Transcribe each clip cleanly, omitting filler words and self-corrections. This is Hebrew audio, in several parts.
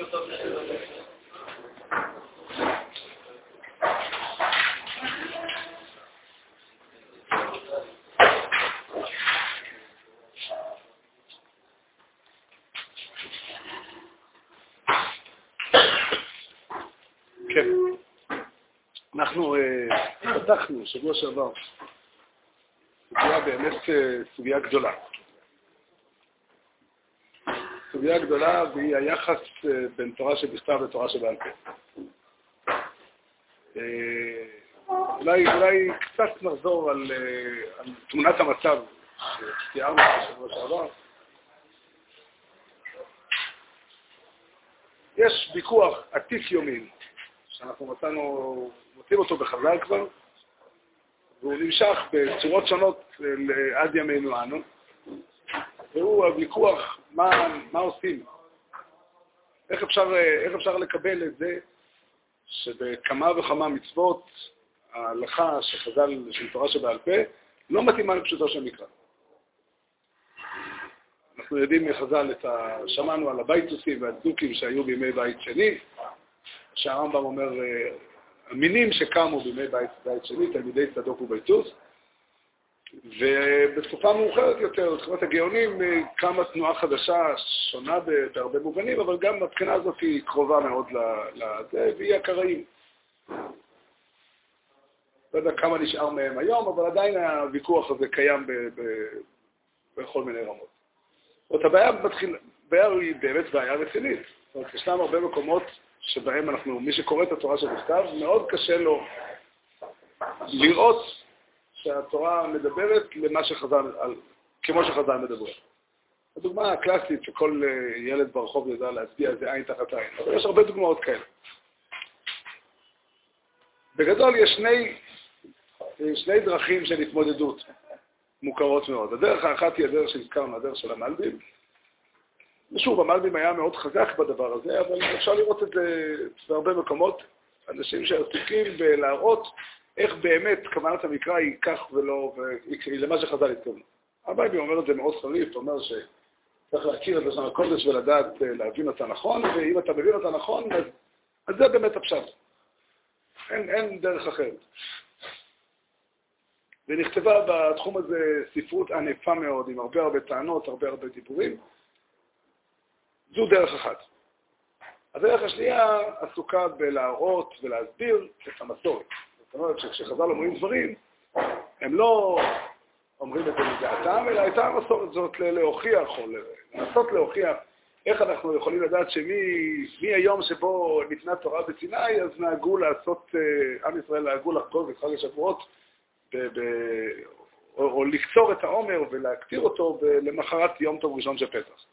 כן, אנחנו פתחנו שבוע שעבר סוגיה באמת סוגיה גדולה. סוגיה גדולה והיא היחס בין תורה שבכתב לתורה שבעל פה. אולי קצת נחזור על תמונת המצב שתיארנו בשבוע שעבר. יש ויכוח עתיק יומין שאנחנו מוצאים אותו בחז"ל כבר, והוא נמשך בצורות שונות עד ימינו אנו, והוא הוויכוח מה עושים, איך אפשר לקבל את זה שבכמה וכמה מצוות ההלכה שחז"ל של תורה שבעל פה לא מתאימה לפשוטו של מקרא. אנחנו יודעים מחז"ל שמענו על הבייטוסים והצדוקים שהיו בימי בית שני, שהרמב"ם אומר המינים שקמו בימי בית שני, תלמידי צדוק ובייטוס, ובתקופה מאוחרת יותר, בתקופת הגאונים, קמה תנועה חדשה, שונה בהרבה מובנים, אבל גם מבחינה הזאת היא קרובה מאוד לזה, והיא הקראים. לא יודע כמה נשאר מהם היום, אבל עדיין הוויכוח הזה קיים בכל מיני רמות. זאת הבעיה היא באמת בעיה רצינית. זאת אומרת, ישנם הרבה מקומות שבהם מי שקורא את התורה שבכתב, מאוד קשה לו לראות שהתורה מדברת כמו שחז"ל מדבר. הדוגמה הקלאסית שכל ילד ברחוב יודע להצביע זה עין תחת עין, אבל יש הרבה דוגמאות כאלה. בגדול יש שני דרכים של התמודדות מוכרות מאוד. הדרך האחת היא הדרך שהזכרנו, הדרך של המלבים. ושוב, המלבים היה מאוד חזק בדבר הזה, אבל אפשר לראות את זה בהרבה מקומות, אנשים שעסוקים בלהראות איך באמת כוונת המקרא היא כך ולא, היא למה שחז"ל התכוונו. המלבים אומר את זה מאוד חריף, אומר שצריך להכיר את לשון הקודש ולדעת להבין אותה נכון, ואם אתה מבין אותה נכון, אז זה באמת הפשט. אין דרך אחרת. ונכתבה בתחום הזה ספרות ענפה מאוד, עם הרבה טענות, הרבה דיבורים. זו דרך אחת. הדרך השנייה עסוקה בלהראות ולהסביר את המסורת. זאת אומרת שכשחז"ל אומרים דברים, הם לא אומרים את זה מדעתם, אלא הייתה המסורת זאת להוכיח, או לנסות להוכיח איך אנחנו יכולים לדעת שמהיום שבו ניתנה תורה בסיני, אז נהגו לעשות, עם ישראל נהגו לחגוג את חג השבועות, או לקצור את העומר ולהקטיר אותו למחרת יום טוב ראשון של פסח.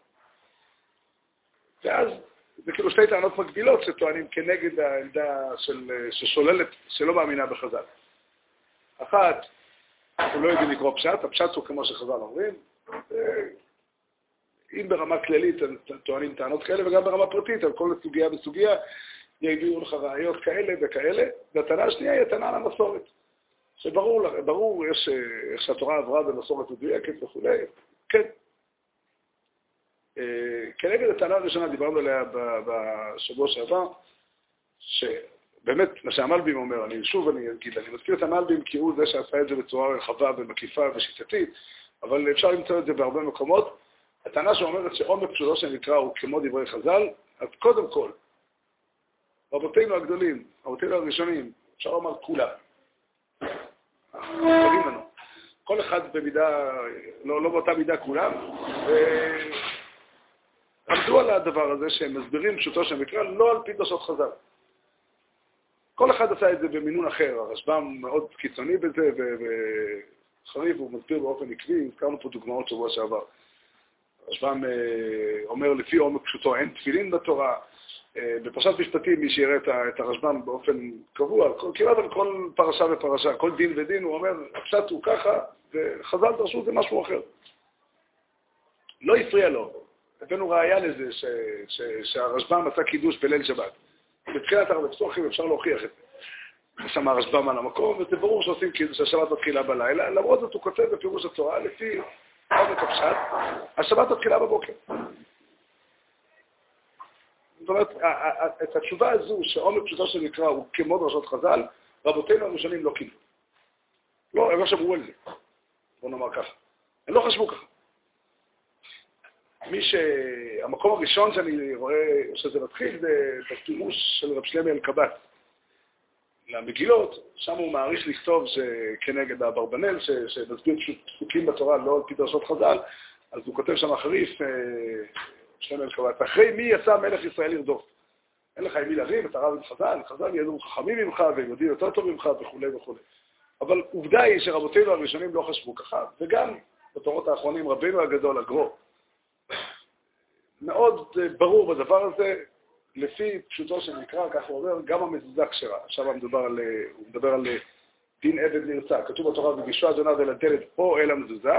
ואז זה כאילו שתי טענות מקבילות שטוענים כנגד העמדה ששוללת, שלא מאמינה בחז"ל. אחת, אנחנו לא יודעים לקרוא פשט, הפשט הוא כמו שחז"ל אומרים, אם ברמה כללית טוענים טענות כאלה, וגם ברמה פרטית, על כל סוגיה וסוגיה, יביאו לך ראיות כאלה וכאלה, והטענה השנייה היא הטענה על המסורת. שברור, יש איך שהתורה עברה במסורת מדויקת וכו'. כן. כנגד הטענה הראשונה דיברנו עליה בשבוע שעבר, שבאמת מה שהמלבים אומר, אני מזכיר את המלבים כי הוא זה שעשה את זה בצורה רחבה ומקיפה ושיטתית, אבל אפשר למצוא את זה בהרבה מקומות. הטענה שאומרת שעומק פשוטו שנקרא הוא כמו דברי חז"ל, אז קודם כל, רבותינו הגדולים, רבותינו הראשונים, אפשר לומר כולם. תגיד לנו. כל אחד במידה, לא באותה מידה כולם, ועמדו על הדבר הזה שהם מסבירים פשוטו של מקרא, לא על פי דרשות חז"ל. כל אחד עשה את זה במינון אחר, הרשב"ם מאוד קיצוני בזה, וחריף, הוא מסביר באופן עקבי, הזכרנו פה דוגמאות שבוע שעבר. הרשב"ם אומר לפי עומק פשוטו אין תפילין בתורה, בפרשת משפטים מי שיראה את הרשב"ם באופן קבוע, כמעט על כל פרשה ופרשה, כל דין ודין, הוא אומר, הפשט הוא ככה, וחז"ל דרשו זה משהו אחר. לא הפריע לו. הבאנו ראיה לזה שהרשב"ם עשה קידוש בליל שבת. בתחילת הרב פסוחים אפשר להוכיח את זה. שם הרשב"ם על המקום, וזה ברור שעושים קידוש, שהשבת מתחילה בלילה, למרות זאת הוא כותב בפירוש התורה, לפי עומק הפשט, השבת מתחילה בבוקר. זאת אומרת, את התשובה הזו שעומק פשוטו של מקרא הוא כמו דרשות חז"ל, רבותינו הראשונים לא קיבלו. לא, הם לא שמרו על זה. בוא נאמר ככה. הם לא חשבו ככה. המקום הראשון שאני רואה שזה מתחיל זה בפירוש של רב שלמה אלקבץ למגילות, שם הוא מעריך לכתוב שכנגד אברבנאל, שמסביר פסוקים בתורה לא על פי דרשות חז"ל, אז הוא כותב שם חריף, שלמה אלקבץ, אחרי מי יצא מלך ישראל לרדוף? אין לך עם מי לריב, אתה רב עם חז"ל יהיו חכמים ממך והם יודעים יותר טוב ממך וכו' וכו'. אבל עובדה היא שרבותינו הראשונים לא חשבו ככה, וגם בתורות האחרונים רבינו הגדול, הגרו, מאוד ברור בדבר הזה, לפי פשוטו של מקרא, כך הוא אומר, גם המזוזה כשרה. עכשיו הוא מדבר על דין עבד נרצע. כתוב בתורה, וגישו אדוני אל הדלת או אל המזוזה,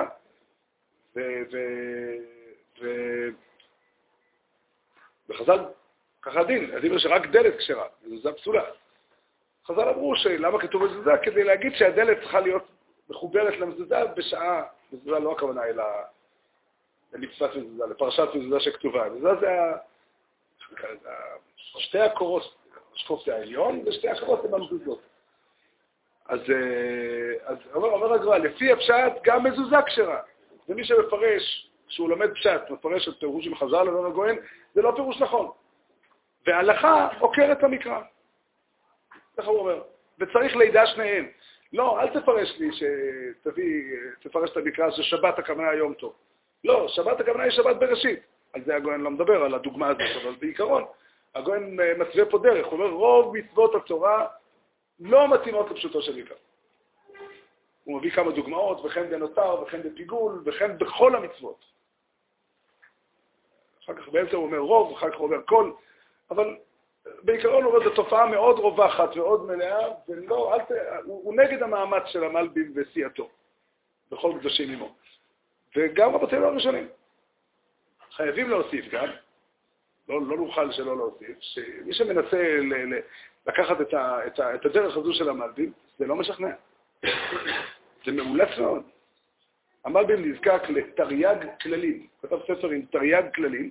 וחז"ל, ככה הדין שרק דלת כשרה, מזוזה פסולה. חז"ל אמרו שלמה כתוב מזוזה? כדי להגיד שהדלת צריכה להיות מחוברת למזוזה בשעה, מזוזה לא הכוונה אלא למצוות מזוזה, לפרשת מזוזה שכתובה. מזוזה זה שתי הקורות, השקוף זה העליון, ושתי הקורות הן המזוזות. אז אומר הגר"א, לפי הפשט גם מזוזה כשרה. ומי שמפרש, כשהוא לומד פשט, מפרש את פירוש של חז"ל, אומר הגויין, זה לא פירוש נכון. וההלכה עוקרת למקרא. ככה הוא אומר. וצריך לידע שניהם. לא, אל תפרש לי תפרש את המקרא ששבת הכוונה יום טוב. לא, שבת הכוונה היא שבת בראשית. על זה הגויין לא מדבר, על הדוגמה הזאת, אבל בעיקרון, הגויין מצווה פה דרך. הוא אומר, רוב מצוות התורה לא מתאימות לפשוטו של מקרא. הוא מביא כמה דוגמאות, וכן בנותר, וכן בפיגול, וכן בכל המצוות. אחר כך באמצע הוא אומר רוב, אחר כך הוא אומר כל, אבל בעיקרון הוא אומר, זו תופעה מאוד רווחת ועוד מלאה, ולא, הוא נגד המאמץ של המלבים וסיעתו, בכל קדושים עמו. וגם רבותינו הראשונים. חייבים להוסיף גם, לא נוכל שלא להוסיף, שמי שמנסה לקחת את הדרך הזו של המלבים, זה לא משכנע. זה מאולץ מאוד. המלבים נזקק לתרי"ג כללים. כתב ספר עם תרי"ג כללים,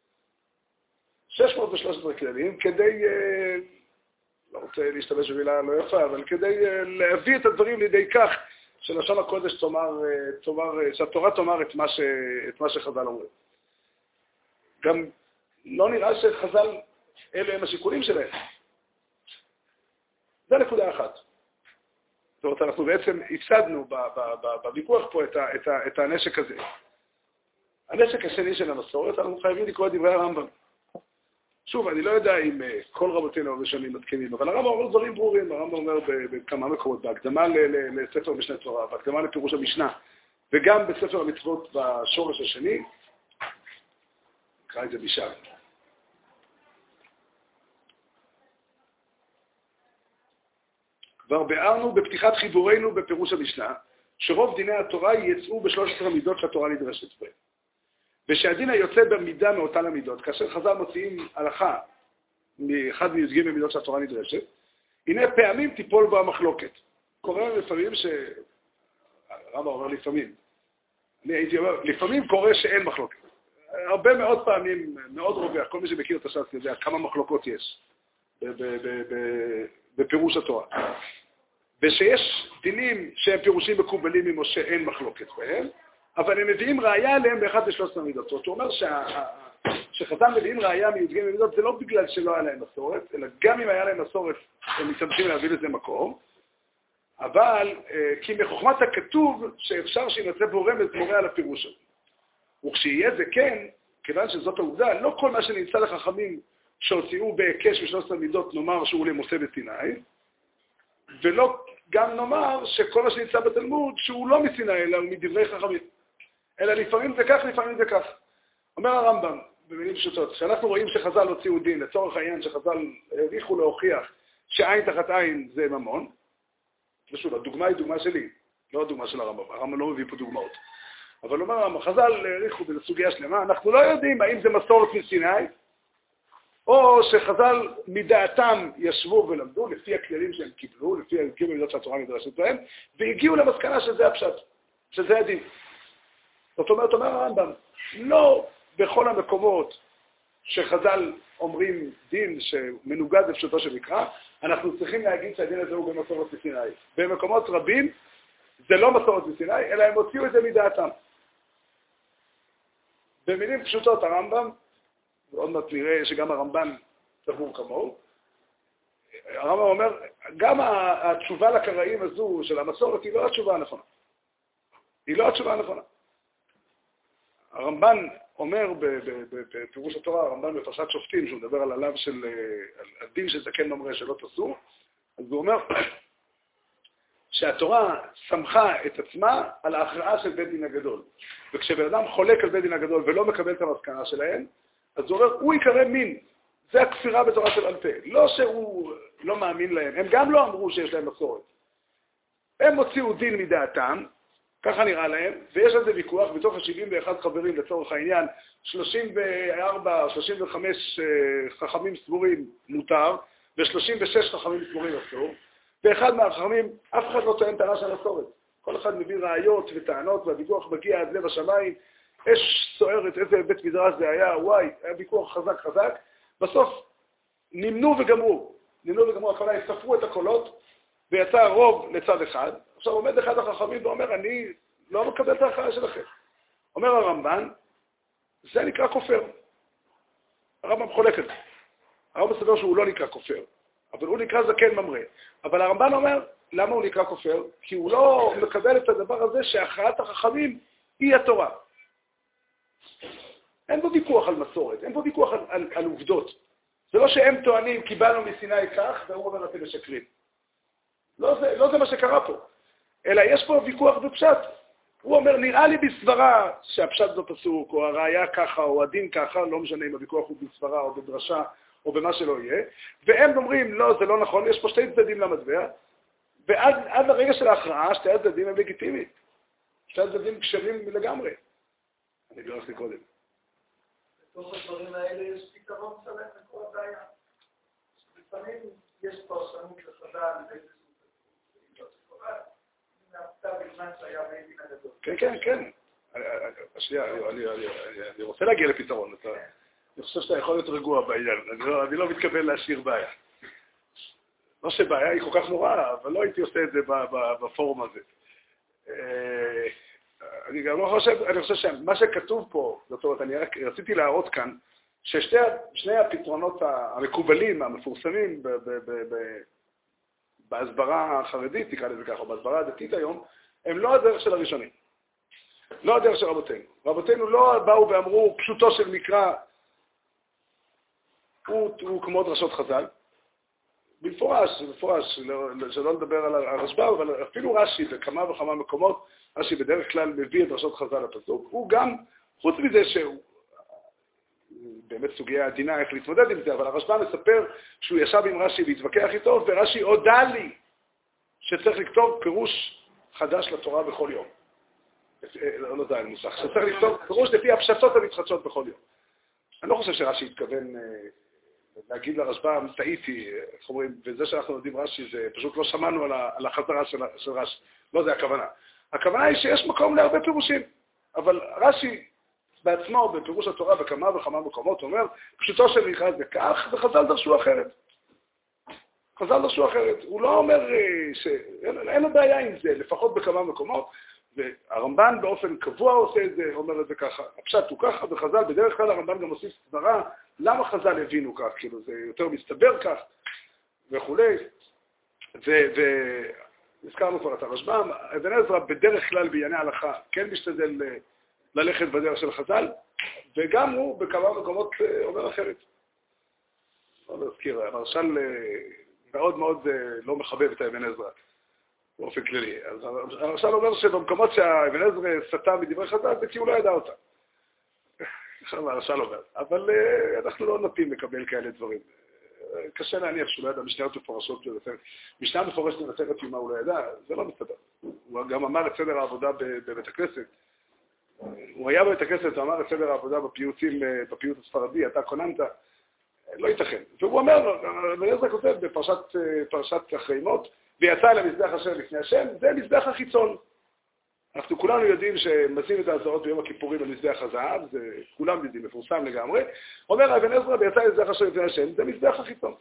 613 כללים, כדי, לא רוצה להשתמש במילה לא יפה, אבל כדי להביא את הדברים לידי כך שלשון הקודש שהתורה תאמר את מה שחז"ל אומרים. גם לא נראה שחז"ל אלה הם השיקולים שלהם. זה נקודה אחת. זאת אומרת, אנחנו בעצם הפסדנו בוויכוח פה את הנשק הזה. הנשק השני של המסורת, אנחנו חייבים לקרוא את דברי הרמב"ם. שוב, אני לא יודע אם כל רבותינו הראשונים מתקינים, אבל הרמב"ם אומר דברים ברורים. הרמב"ם אומר בכמה מקומות, בהקדמה לספר משנה תורה, בהקדמה לפירוש המשנה, וגם בספר המצוות בשורש השני, נקרא את זה בשעה. כבר ביארנו בפתיחת חיבורנו בפירוש המשנה, שרוב דיני התורה יצאו ב13 מידות שהתורה נדרשת בהן. ושהדין היוצא במידה מאותן המידות, כאשר חז"ל מוציאים הלכה מאחד מי"ג מידות שהתורה נדרשת, הנה פעמים תיפול בו המחלוקת. קורה לפעמים הרמב"ם אומר לפעמים, אני הייתי אומר, לפעמים קורה שאין מחלוקת. הרבה מאוד פעמים, מאוד רווח, כל מי שמכיר את הש"ס יודע כמה מחלוקות יש בפירוש התורה. ושיש דינים שהם פירושים מקובלים או שאין מחלוקת בהם, אבל הם מביאים ראייה עליהם באחד ל13 מידות. זאת אומרת שחז"ל מביאים ראייה מי"ג מידות, זה לא בגלל שלא היה להם מסורת, אלא גם אם היה להם מסורת, הם מתאמצים להביא לזה מקום, אבל כי מחוכמת הכתוב שאפשר שימצא בו רמז מורה על הפירוש הזה. וכשיהיה זה כן, כיוון שזאת העובדה, לא כל מה שנמצא לחכמים שהוציאו בהיקש ב13 מידות נאמר שהוא למשה בסיני, ולא גם נאמר שכל מה שנמצא בתלמוד שהוא לא מסיני אלא הוא מדברי חכמים. אלא לפעמים זה כך, לפעמים זה כך. אומר הרמב"ם, במילים פשוטות, שאנחנו רואים שחז"ל הוציאו דין, לצורך העניין שחז"ל העריכו להוכיח שעין תחת עין זה ממון, ושוב, הדוגמה היא דוגמה שלי, לא הדוגמה של הרמב"ם, הרמב"ם לא מביא פה דוגמאות. אבל אומר הרמב"ם, חז"ל העריכו בזה סוגיה שלמה, אנחנו לא יודעים האם זה מסורת מסיני, או שחז"ל מדעתם ישבו ולמדו לפי הכללים שהם קיבלו, לפי הגיעו מידות שהתורה נדרשת בהם, והגיעו למסקנה שזה הפשט, שזה הדין. זאת אומרת, אומר הרמב"ם, לא בכל המקומות שחז"ל אומרים דין שמנוגד לפשוטו של מקרא, אנחנו צריכים להגיד שהדין הזה הוא במסורת מסיני. במקומות רבים זה לא מסורת מסיני, אלא הם הוציאו את זה מדעתם. במילים פשוטות הרמב"ם, ועוד מעט נראה שגם הרמב"ן סבור כמוהו, הרמב"ם אומר, גם התשובה לקראים הזו של המסורת היא לא התשובה הנכונה. היא לא התשובה הנכונה. הרמב"ן אומר בפירוש התורה, הרמב"ן בפרשת שופטים, שהוא מדבר על עליו של הדין של זקן ממרא שלא תעשו, אז הוא אומר שהתורה סמכה את עצמה על ההכרעה של בית דין הגדול. וכשבן אדם חולק על בית דין הגדול ולא מקבל את המסקנה שלהם, אז הוא אומר, הוא יקרא מין. זה הכפירה בתורה של אלפי. לא שהוא לא מאמין להם, הם גם לא אמרו שיש להם מסורת. הם הוציאו דין מדעתם, ככה נראה להם, ויש על זה ויכוח, בתוך ה-71 חברים לצורך העניין, 34 או 35 חכמים סבורים מותר, ו-36 חכמים סבורים אסור, ואחד מהחכמים, אף אחד לא טוען טענה של מסורת. כל אחד מביא ראיות וטענות, והוויכוח מגיע עד לב השמיים, אש סוערת, איזה בית מדרש זה היה, וואי, היה ויכוח חזק חזק, בסוף נמנו וגמרו, הכוונה, ספרו את הקולות, ויצא רוב לצד אחד. עכשיו עומד אחד החכמים ואומר, אני לא מקבל את ההכרעה שלכם. אומר הרמב"ן, זה נקרא כופר. הרמב"ם חולק את זה. הרמב"ם סבר שהוא לא נקרא כופר, אבל הוא נקרא זקן ממרא. אבל הרמב"ן אומר, למה הוא נקרא כופר? כי הוא לא מקבל את הדבר הזה שהכרעת החכמים היא התורה. אין בו ויכוח על מסורת, אין בו ויכוח על עובדות. זה לא שהם טוענים, קיבלנו מסיני כך, והוא אומר, אתם משקרים. לא זה מה שקרה פה. אלא יש פה ויכוח בפשט. הוא אומר, נראה לי בסברה שהפשט לא פסוק, או הראיה ככה, או הדין ככה, לא משנה אם הוויכוח הוא בסברה, או בדרשה, או במה שלא יהיה. והם אומרים, לא, זה לא נכון, יש פה שתי צדדים למטבע, ועד הרגע של ההכרעה, שתי הצדדים הם לגיטימיים. שתי הצדדים כשרים לגמרי. אני בירכתי קודם. בתוך הדברים האלה יש פתרון שלם לכל הבעיה. לפעמים יש פרשנות לחז"ל באיזשהו תקופה, בזמן שהיה בית דין הגדול. כן. אני רוצה להגיע לפתרון. אני חושב שאתה יכול להיות רגוע בעניין. אני לא מתכוון להשאיר בעיה. לא שבעיה היא כל כך נוראה, אבל לא הייתי עושה את זה בפורום הזה. אני גם לא חושב, אני חושב שמה שכתוב פה, זאת אומרת, אני רציתי להראות כאן, ששני הפתרונות המקובלים, המפורסמים בהסברה החרדית, תקרא לזה ככה, בהסברה הדתית היום, הם לא הדרך של הראשונים. לא הדרך של רבותינו. רבותינו לא באו ואמרו, פשוטו של מקרא, הוא כמו דרשות חז"ל. במפורש, שלא לדבר על הרשב"א, אבל אפילו רש"י בכמה וכמה מקומות, רש"י בדרך כלל מביא את דרשות חז"ל לפסוק. הוא גם, חוץ מזה שהוא באמת סוגיה עדינה איך להתמודד עם זה, אבל הרשב"א מספר שהוא ישב עם רש"י והתווכח איתו, ורש"י הודע לי שצריך לכתוב פירוש חדש לתורה בכל יום. לא יודע, מוסך, שצריך לכתוב פירוש לפי הפשטות המתחדשות בכל יום. אני לא חושב שרש"י התכוון להגיד לרשב"א, טעיתי, איך אומרים, וזה שאנחנו יודעים רש"י, זה פשוט לא שמענו על החזרה של רש"י. לא זה הכוונה. הכוונה היא שיש מקום להרבה פירושים, אבל רש"י בעצמו, בפירוש התורה בכמה וכמה מקומות, אומר, פשוטו של מקרא זה כך, וחז"ל דרשו אחרת. חז"ל דרשו אחרת. הוא לא אומר שאין לו בעיה עם זה, לפחות בכמה מקומות, והרמב"ן באופן קבוע עושה את זה, אומר את זה ככה. הפשט הוא ככה, וחז"ל, בדרך כלל הרמב"ן גם עושה סברה, למה חז"ל הבינו כך, כאילו זה יותר מסתבר כך, וכולי. והזכרנו כבר את הרשב"ם, אבן עזרא בדרך כלל בענייני ההלכה כן משתדל ללכת בדרך של חז"ל, וגם הוא בכמה מקומות אומר אחרת. לא להזכיר, המרש"ל מאוד מאוד לא מחבב את אבן עזרא. באופן כללי. אז המרש"ל אומר שבמקומות שהאבן עזרא סטה מדברי חז"ל, זה כי הוא לא ידע אותה. עכשיו המרש"ל אומר. אבל אנחנו לא נוטים לקבל כאלה דברים. קשה להניח שהוא לא ידע משניות מפורשות בסרט. משנה מפורשת בסרט יומה הוא לא ידע, זה לא מסתבר. הוא גם אמר את סדר העבודה בבית הכנסת. הוא היה בבית הכנסת ואמר את סדר העבודה בפיוט הספרדי, אתה כוננת, לא ייתכן. והוא אומר, אבן עזרא כותב בפרשת אחרי מות, ויצא אל המזבח אשר לפני השם, זה מזבח החיצון. אנחנו כולנו יודעים שמשים את העזרות ביום הכיפורים על מזבח הזהב, זה כולם יודעים, מפורסם לגמרי. אומר אבן עזרא, ויצא מזבח אשר לפני השם, זה מזבח החיצון.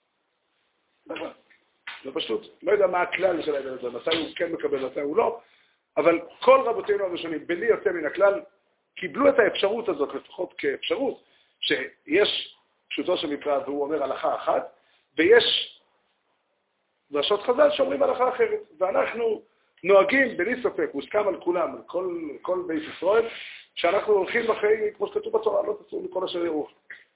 זה פשוט, לא יודע מה הכלל של אבן עזרא, מתי הוא כן מקבל, מתי הוא לא, אבל כל רבותינו הראשונים, בלי יוצא מן הכלל, קיבלו את האפשרות הזאת, לפחות כאפשרות, שיש פשוטו של מקרא, והוא אומר הלכה אחת, ויש דרשות חז"ל שאומרים הלכה אחרת, ואנחנו נוהגים בלי ספק, מוסכם על כולם, על כל בית ישראל, שאנחנו הולכים אחרי, כמו שכתוב בתורה, לא תצאו מכל אשר יראו.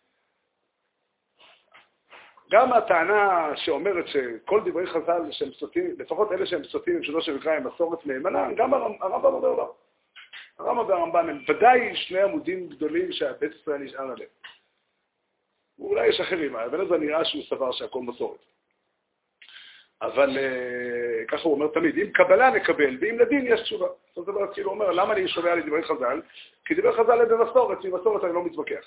גם הטענה שאומרת שכל דברי חז"ל שהם סוטים, לפחות אלה שהם סוטים עם שלו שמקרא עם מסורת נאמנה, גם הרמב"ם אומר לא. הרמב"ם והרמב"ן הם ודאי שני עמודים גדולים שהבית ישראל נשען עליהם. ואולי יש אחרים, אבל זה נראה שהוא סבר שהכל מסורת. אבל ככה הוא אומר תמיד, אם קבלה נקבל, ואם לדין יש תשובה. זאת אומרת, כאילו הוא אומר, למה אני שומע לי דברי חז"ל? כי דברי חז"ל הם במסורת, במסורת אני לא מתווכח.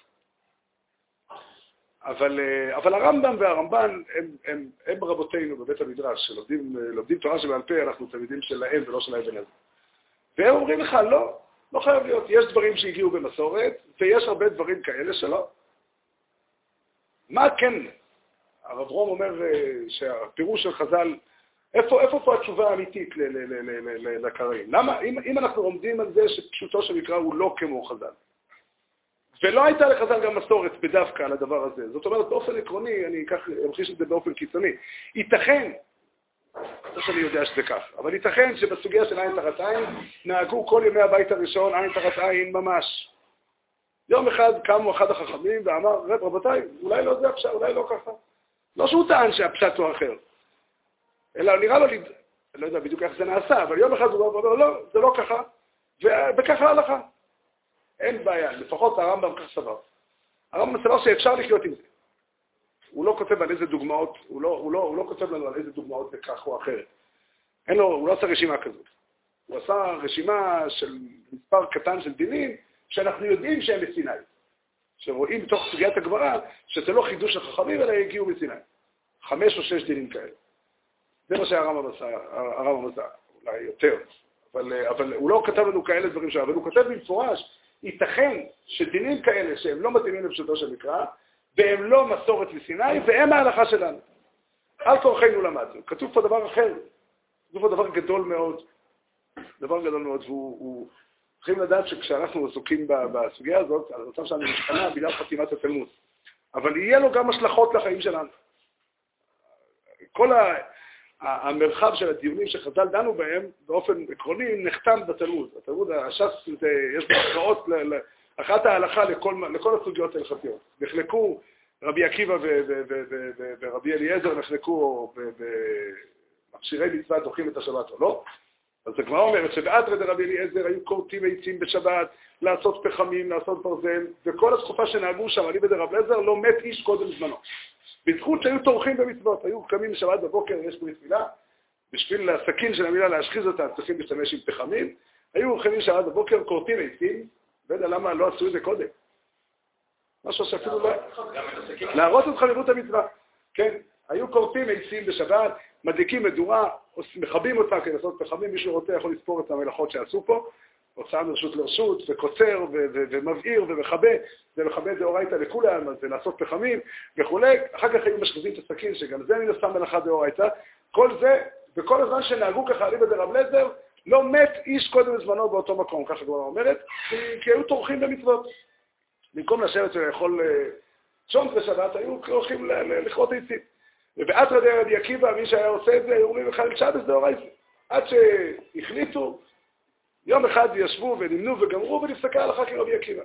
אבל הרמב"ם והרמב"ן הם רבותינו בבית המדרש, שלומדים תורה שבעל פה, אנחנו תלמידים שלהם ולא של אבן עזרא. והם אומרים לך, לא חייב להיות. יש דברים שהגיעו במסורת, ויש הרבה דברים כאלה שלא. מה כן? הרב רום אומר שהפירוש של חז"ל, איפה פה התשובה האמיתית לקראים? למה, אם אנחנו עומדים על זה שפשוטו של מקרא הוא לא כמו חז"ל, ולא הייתה לחז"ל גם מסורת בדווקא על הדבר הזה, זאת אומרת, באופן עקרוני, אני אמחיש את זה באופן קיצוני, ייתכן, לא שאני יודע שזה כך, אבל ייתכן שבסוגיה של עין תחת עין, נהגו כל ימי הבית הראשון עין תחת עין ממש. יום אחד קמו אחד החכמים ואמר, רבותיי, אולי לא זה הפשט, אולי לא ככה. לא שהוא טען שהפשט הוא אחר, אלא נראה לו, לא יודע בדיוק איך זה נעשה, אבל יום אחד הוא אומר, לא, זה לא ככה, וככה הלכה. אין בעיה, לפחות הרמב"ם כך סבר. הרמב"ם סבר שאפשר לחיות עם זה. הוא לא כותב על איזה דוגמאות, הוא לא כותב לנו על איזה דוגמאות זה כך או אחרת. הוא לא עשה רשימה כזאת. הוא עשה רשימה של מספר קטן של דינים, שאנחנו יודעים שהם בסיני. שרואים בתוך סוגיית הגמרא, שזה לא חידוש החכמים, אלא הגיעו בסיני. 5 או 6 דינים כאלה. זה מה שהרמב"ם עשה, אולי יותר. אבל הוא לא כתב לנו כאלה דברים שם, אבל הוא כותב במפורש, ייתכן שדינים כאלה שהם לא מתאימים לפשוטו של מקרא, והם לא מסורת לסיני, והם ההלכה שלנו. על כורחנו למדנו. כתוב פה דבר אחר, כתוב פה דבר גדול מאוד, והוא צריכים לדעת שכשאנחנו עסוקים בסוגיה הזאת, המצב שלנו משתנה בגלל חתימת התלמוד. אבל יהיה לו גם השלכות לחיים שלנו. כל המרחב של הדיונים שחז"ל דנו בהם, באופן עקרוני, נחתם בתלמוד. התלמוד, הש"ס, יש בו הכרעות אחת ההלכה לכל הסוגיות ההלכתיות. נחלקו רבי עקיבא ורבי אליעזר, נחלקו במכשירי מצווה דוחים את השבת או לא. אז הגמרא אומרת שבאתרא דרבי אליעזר היו כורתים עצים בשבת, לעשות פחמים, לעשות ברזל, וכל התקופה שנהגו שם אליבא דרבי אליעזר לא מת איש קודם זמנו. בזכות שהיו טורחים במצוות, היו קמים בשבת בבוקר, יש ברית מילה, בשביל הסכין של המילה להשחיז אותה, צריכים להשתמש עם פחמים, היו קמים בשבת בבוקר, כורתים עצים, לא יודע למה לא עשו את זה קודם. משהו שאפילו לא... להראות את חביבות המצווה. כן, היו כורתים עצים בשבת, מדליקים מדורה, מכבים אותה כדי לעשות פחמים, מישהו רוצה יכול לספור את המלאכות שעשו פה, הוצאה מרשות לרשות, וקוצר, ומבעיר, ומכבה, ומכבה דאורייתא לכולם, אז זה לעשות פחמים, וכולי. אחר כך היו משחזים את הסכין, שגם זה מן הסתם מלאכה דאורייתא. כל זה, וכל הזמן שנהגו ככה אליבא דרבי אליעזר, לא מת איש קודם זמנו באותו מקום, ככה כבר אומרת, כי היו טורחים במצוות. במקום לשבת ולאכול צום בשבת, היו הולכים לכרות עצים. ובאתרא דרבי עקיבא, מי שהיה עושה את זה, היו אומרים חייל שבס דאורייתא. עד שהחליטו, יום אחד ישבו ונמנו וגמרו ונפסקה הלכה כרבי עקיבא.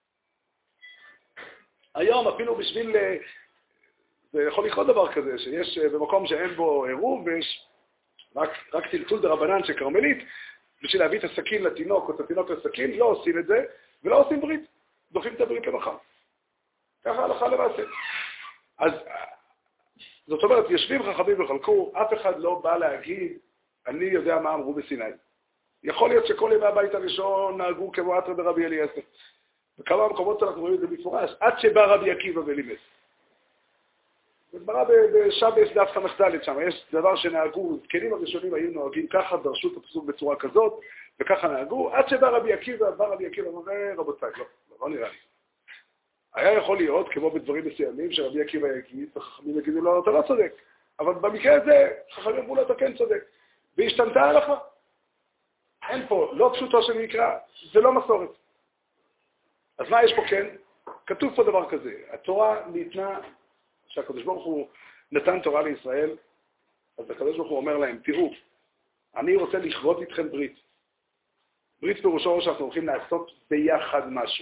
היום אפילו בשביל, זה יכול לקרות דבר כזה, שיש במקום שאין בו עירוב, ויש רק טלטול דרבנן שקרמלית, בשביל להביא את הסכין לתינוק או את התינוק לסכין, לא עושים את זה, ולא עושים ברית. דוחים את הברית למחר. ככה הלכה למעשה. אז זאת אומרת, יושבים חכמים וחלקו, אף אחד לא בא להגיד, אני יודע מה אמרו בסיני. יכול להיות שכל ימי הבית הראשון נהגו כמו אתרא דרבי אליעזר. בכמה מקומות אנחנו רואים את זה מפורש, עד שבא רבי עקיבא ולימד. בגמרא בשבס דף ס"ד שם, יש דבר שנהגו, זקנים הראשונים היו נוהגים ככה, דרשו את הפסוק בצורה כזאת, וככה נהגו, עד שבא רבי עקיבא, אומר, רבותיי, לא נראה לי. היה יכול להיות, כמו בדברים מסוימים, שרבי עקיבא יגיד, וחכמים יגידו לו, אתה לא צודק. אבל במקרה הזה, חכמים אמרו לו, אתה כן צודק. והשתנתה ההלכה. אין פה, לא פשוטו של מקרא, זה לא מסורת. אז מה יש פה כן? כתוב פה דבר כזה, התורה ניתנה, שהקדוש ברוך הוא נתן תורה לישראל, אז הקדוש ברוך הוא אומר להם, תראו, אני רוצה לכרות איתכם ברית. ברית פירושו שאנחנו הולכים לעשות ביחד משהו.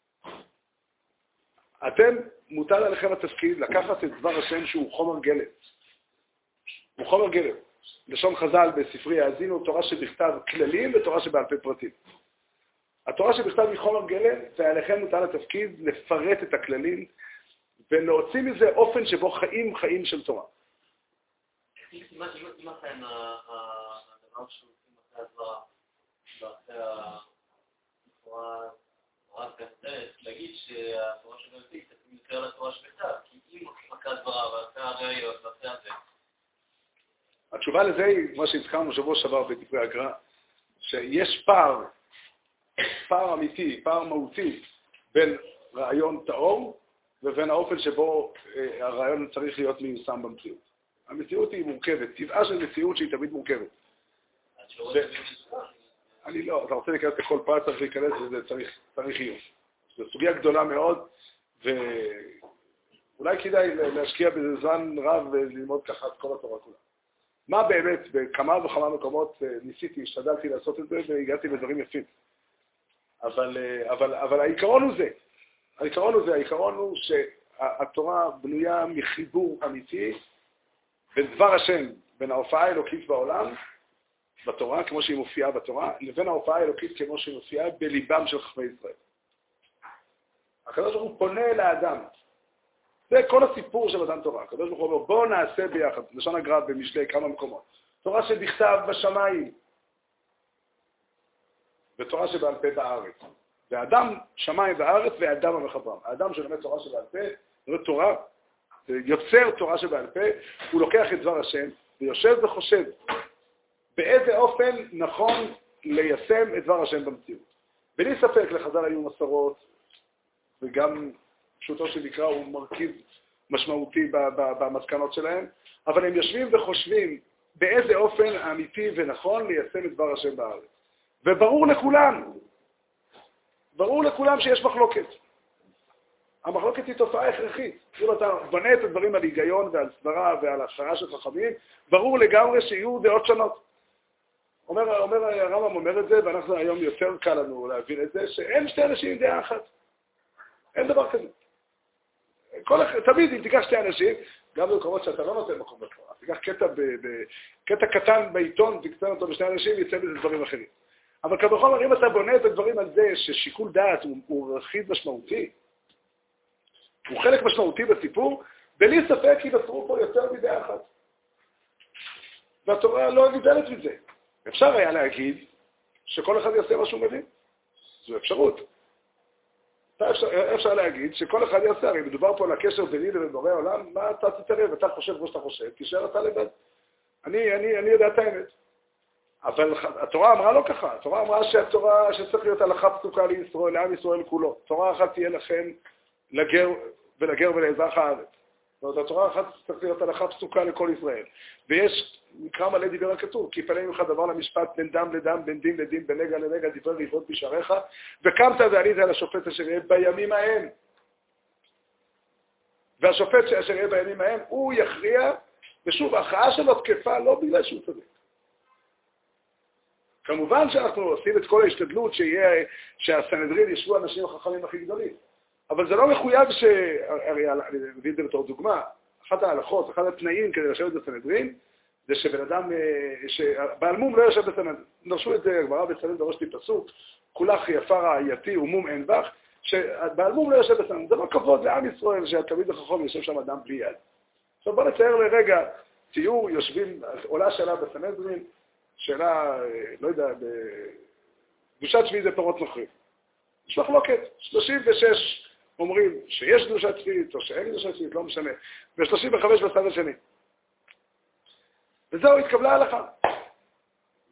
אתם, מוטל עליכם התפקיד לקחת את דבר השם שהוא חומר גלם. הוא חומר גלם. לשון חז"ל בספרי האזינו, תורה שבכתב כללים ותורה שבעל פה פרטים. התורה שבכתב היא חומר גלם, ועליכם מוטל התפקיד לפרט את הכללים, ולהוציא מזה אופן שבו חיים של תורה. מה לכם הדבר שעושים אחרי הדברה, ואחרי התורה להגיד שהתורה שבכתב תתאים יותר לתורה שבכתב, כי אם אחרי הדברה ואחרי הראיות ואחרי הזה. התשובה לזה היא, כמו שהזכרנו שבוע שעבר בדברי הגר"א, שיש פער אמיתי, פער מהותי, בין רעיון טהור ובין האופן שבו הרעיון צריך להיות מיושם במציאות. המציאות היא מורכבת, טבעה של מציאות שהיא תמיד מורכבת. אני לא, אתה רוצה להיכנס לכל פרט, צריך להיכנס לזה, צריך עיון. זו סוגיה גדולה מאוד, ואולי כדאי להשקיע בזה זמן רב וללמוד ככה את כל התורה כולה. מה באמת, בכמה וכמה מקומות ניסיתי, השתדלתי לעשות את זה, והגעתי לדברים יפים. אבל העיקרון הוא זה. העיקרון הוא שהתורה בנויה מחיבור אמיתי בין דבר השם, בין ההופעה האלוקית בעולם, בתורה, כמו שהיא מופיעה בתורה, לבין ההופעה האלוקית כמו שהיא מופיעה בליבם של חכמי ישראל. הקדוש ברוך הוא פונה לאדם. זה כל הסיפור של מתן תורה. הקדוש ברוך הוא אומר, בואו נעשה ביחד. לשון הגר"א במשלי כמה מקומות. תורה שבכתב בשמיים, ותורה שבעל פה בארץ. והאדם שמיים וארץ והאדם המחברם. האדם שלומד תורה שבעל פה, לומד תורה, יוצר תורה שבעל פה, הוא לוקח את דבר השם, ויושב וחושב באיזה אופן נכון ליישם את דבר השם במציאות. בלי ספק לחז"ל היו מסורות, וגם פשוטו שנקרא הוא מרכיב משמעותי במסקנות שלהם, אבל הם יושבים וחושבים באיזה אופן אמיתי ונכון ליישם את דבר השם בארץ. וברור לכולם שיש מחלוקת. המחלוקת היא תופעה הכרחית. כאילו אתה בונה את הדברים על היגיון ועל סברה ועל הכשרה של חכמים, ברור לגמרי שיהיו דעות שונות. הרמב"ם אומר את זה, ואנחנו היום יותר קל לנו להבין את זה, שאין שתי אנשים עם דעה אחת. אין דבר כזה. תמיד אם תיקח שתי אנשים, גם במקומות שאתה לא נותן מקום בתורה, תיקח קטע קטן בעיתון, תקצר אותו בשני אנשים, יצא בזה דברים אחרים. אבל כבכל אם אתה בונה את הדברים על זה ששיקול דעת הוא רכיב משמעותי, הוא חלק משמעותי בסיפור, בלי ספק ייווצרו פה יותר מדעה אחת. והתורה לא נבדלת מזה. אפשר היה להגיד שכל אחד יעשה מה שהוא מבין. זו אפשרות. אפשר להגיד שכל אחד יעשה, הרי מדובר פה על הקשר ביני לבין בורא העולם, מה אתה תתערב? אתה חושב כמו שאתה חושב, תישאר אתה לבד. אני יודע את האמת. אבל התורה אמרה לא ככה, התורה אמרה שהתורה שצריך להיות הלכה פסוקה לישראל, לעם ישראל כולו. תורה אחת תהיה לכם לגר ולאזרח הארץ. זאת אומרת, התורה אחת צריך להיות הלכה פסוקה לכל ישראל. ויש מקרא מלא דיבר הכתוב, כי פנה ממך דבר למשפט בין דם לדם, בין דין לדין, בין נגע לנגע, דיבר לבעוט בשעריך, וקמת ועלית על השופט אשר יהיה בימים ההם. והשופט אשר יהיה בימים ההם, הוא יכריע, ושוב, ההכרעה שלו תקפה לא בגלל שהוא צודק. כמובן שאנחנו עושים את כל ההשתדלות שהסנהדרין ישבו האנשים החכמים הכי גדולים. אבל זה לא מחויב הרי אני מביא את זה בתור דוגמה, אחת ההלכות, אחד התנאים כדי לשבת בסנהדרין, זה שבן אדם, שבעל מום לא יושב בסנהדרין. נרשו את זה, הגמרא בסנהדרין דורשת לי פסוק, כולך יפה רעייתי ומום אין בך, שבעל מום לא יושב בסנהדרין. זה לא כבוד לעם ישראל שהתלמיד החכם יושב שם אדם בלי יד. עכשיו בוא נצייר לרגע, תהיו יושבים, עולה שאלה בסנהדרין, שאלה, לא יודע, בקדושת שביעית זה פירות נוכרים. יש מחלוקת, 36 אומרים שיש קדושת שביעית או שאין קדושת שביעית, לא משנה, ו-35 בצד השני. וזהו, התקבלה ההלכה.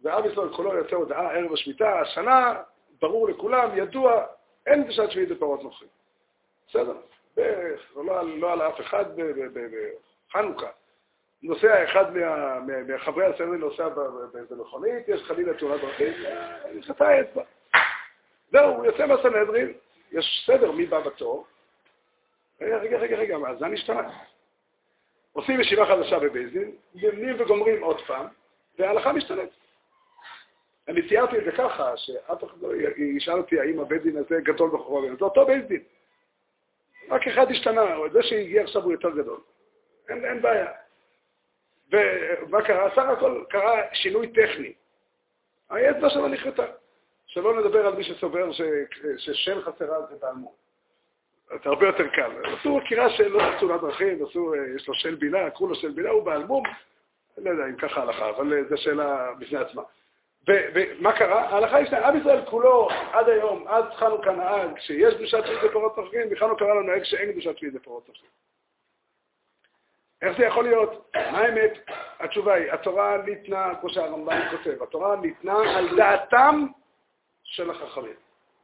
ועם ישראל כולו יוצא הודעה ערב השמיטה, השנה, ברור לכולם, ידוע, אין בשעת שביעית בפרות נוכחים. בסדר? בערך, לא על אף אחד בחנוכה. נוסע אחד מחברי הסנהדרין נוסע באיזה מכונית, יש חלילה תאונת דרכים, חטא האצבע. זהו, הוא יוצא מהסנהדרין, יש סדר מי בא בתור. רגע, מה, זה נשתנה. עושים ישיבה חדשה בבית דין, ימנים וגומרים עוד פעם, וההלכה משתנית. אני ציירתי את זה ככה, שאף אחד לא ישאל אותי האם הבית דין הזה גדול בחורבן. זה אותו בית דין. רק אחד השתנה, או זה שהגיע עכשיו הוא יותר גדול. אין בעיה. ומה קרה? סך הכל קרה שינוי טכני. האצבע שלו נכרתה. שלא נדבר על מי שסובר ששן חסרה זה תעלמו. זה הרבה יותר קל. עשו קירה שלא תאונת דרכים, יש לו של בינה, קראו לו של בינה, הוא בעלמום. אני לא יודע אם ככה הלכה, אבל זו שאלה בפני עצמה. ומה קרה? ההלכה השתנה, עם ישראל כולו עד היום, עד חנוכה נהג, שיש קדושת שביעית בפרות נוכחים, מחנוכה קרה לו נהג שאין קדושת שביעית בפרות נוכחים. איך זה יכול להיות? מה האמת? התשובה היא, התורה ניתנה, כמו שהרמב"ם כותב, התורה ניתנה על דעתם של החכמים.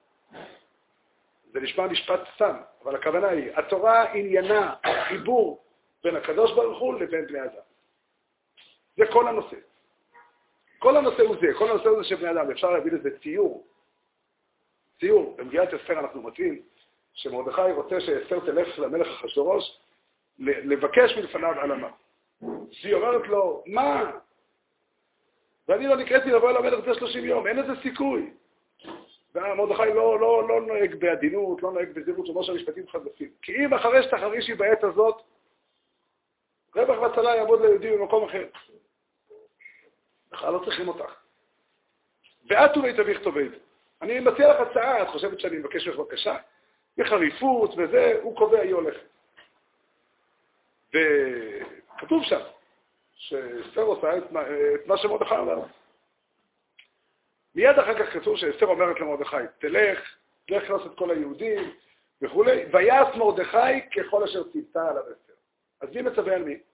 זה נשמע משפט סתם, אבל הכוונה היא, התורה עניינה חיבור בין הקדוש ברוך הוא לבין בני אדם. זה כל הנושא. כל הנושא הוא זה, כל הנושא הוא זה של בני אדם. אפשר להביא לזה ציור. במגילת אסתר אנחנו מוצאים שמרדכי רוצה שאסתר תלך למלך אחשוורוש לבקש מלפניו עלמה. שהיא אומרת לו, מה? ואני לא נקראתי לבוא אל המלך זה 30 יום, אין איזה סיכוי. ומרדכי לא נוהג בעדינות, לא נוהג בזהירות, כמו שהמשפטים חזקים. כי אם אחרי שתחרישי בעת הזאת, רווח והצלה יעמוד ליהודי במקום אחר. בכלל לא צריכים אותך. ואת אולי תביך טובי. אני מציע לך הצעה, את חושבת שאני מבקש לך בקשה? בחריפות וזה, הוא קובע, היא הולכת. וכתוב שם, שאסתר עושה את מה שמרדכי אומר. מיד אחר כך כתוב שאסתר אומרת למרדכי, תלך כנוס את כל היהודים וכו'. ויעש מרדכי ככל אשר ציוותה עליו אסתר. אז מי מצווה על מי?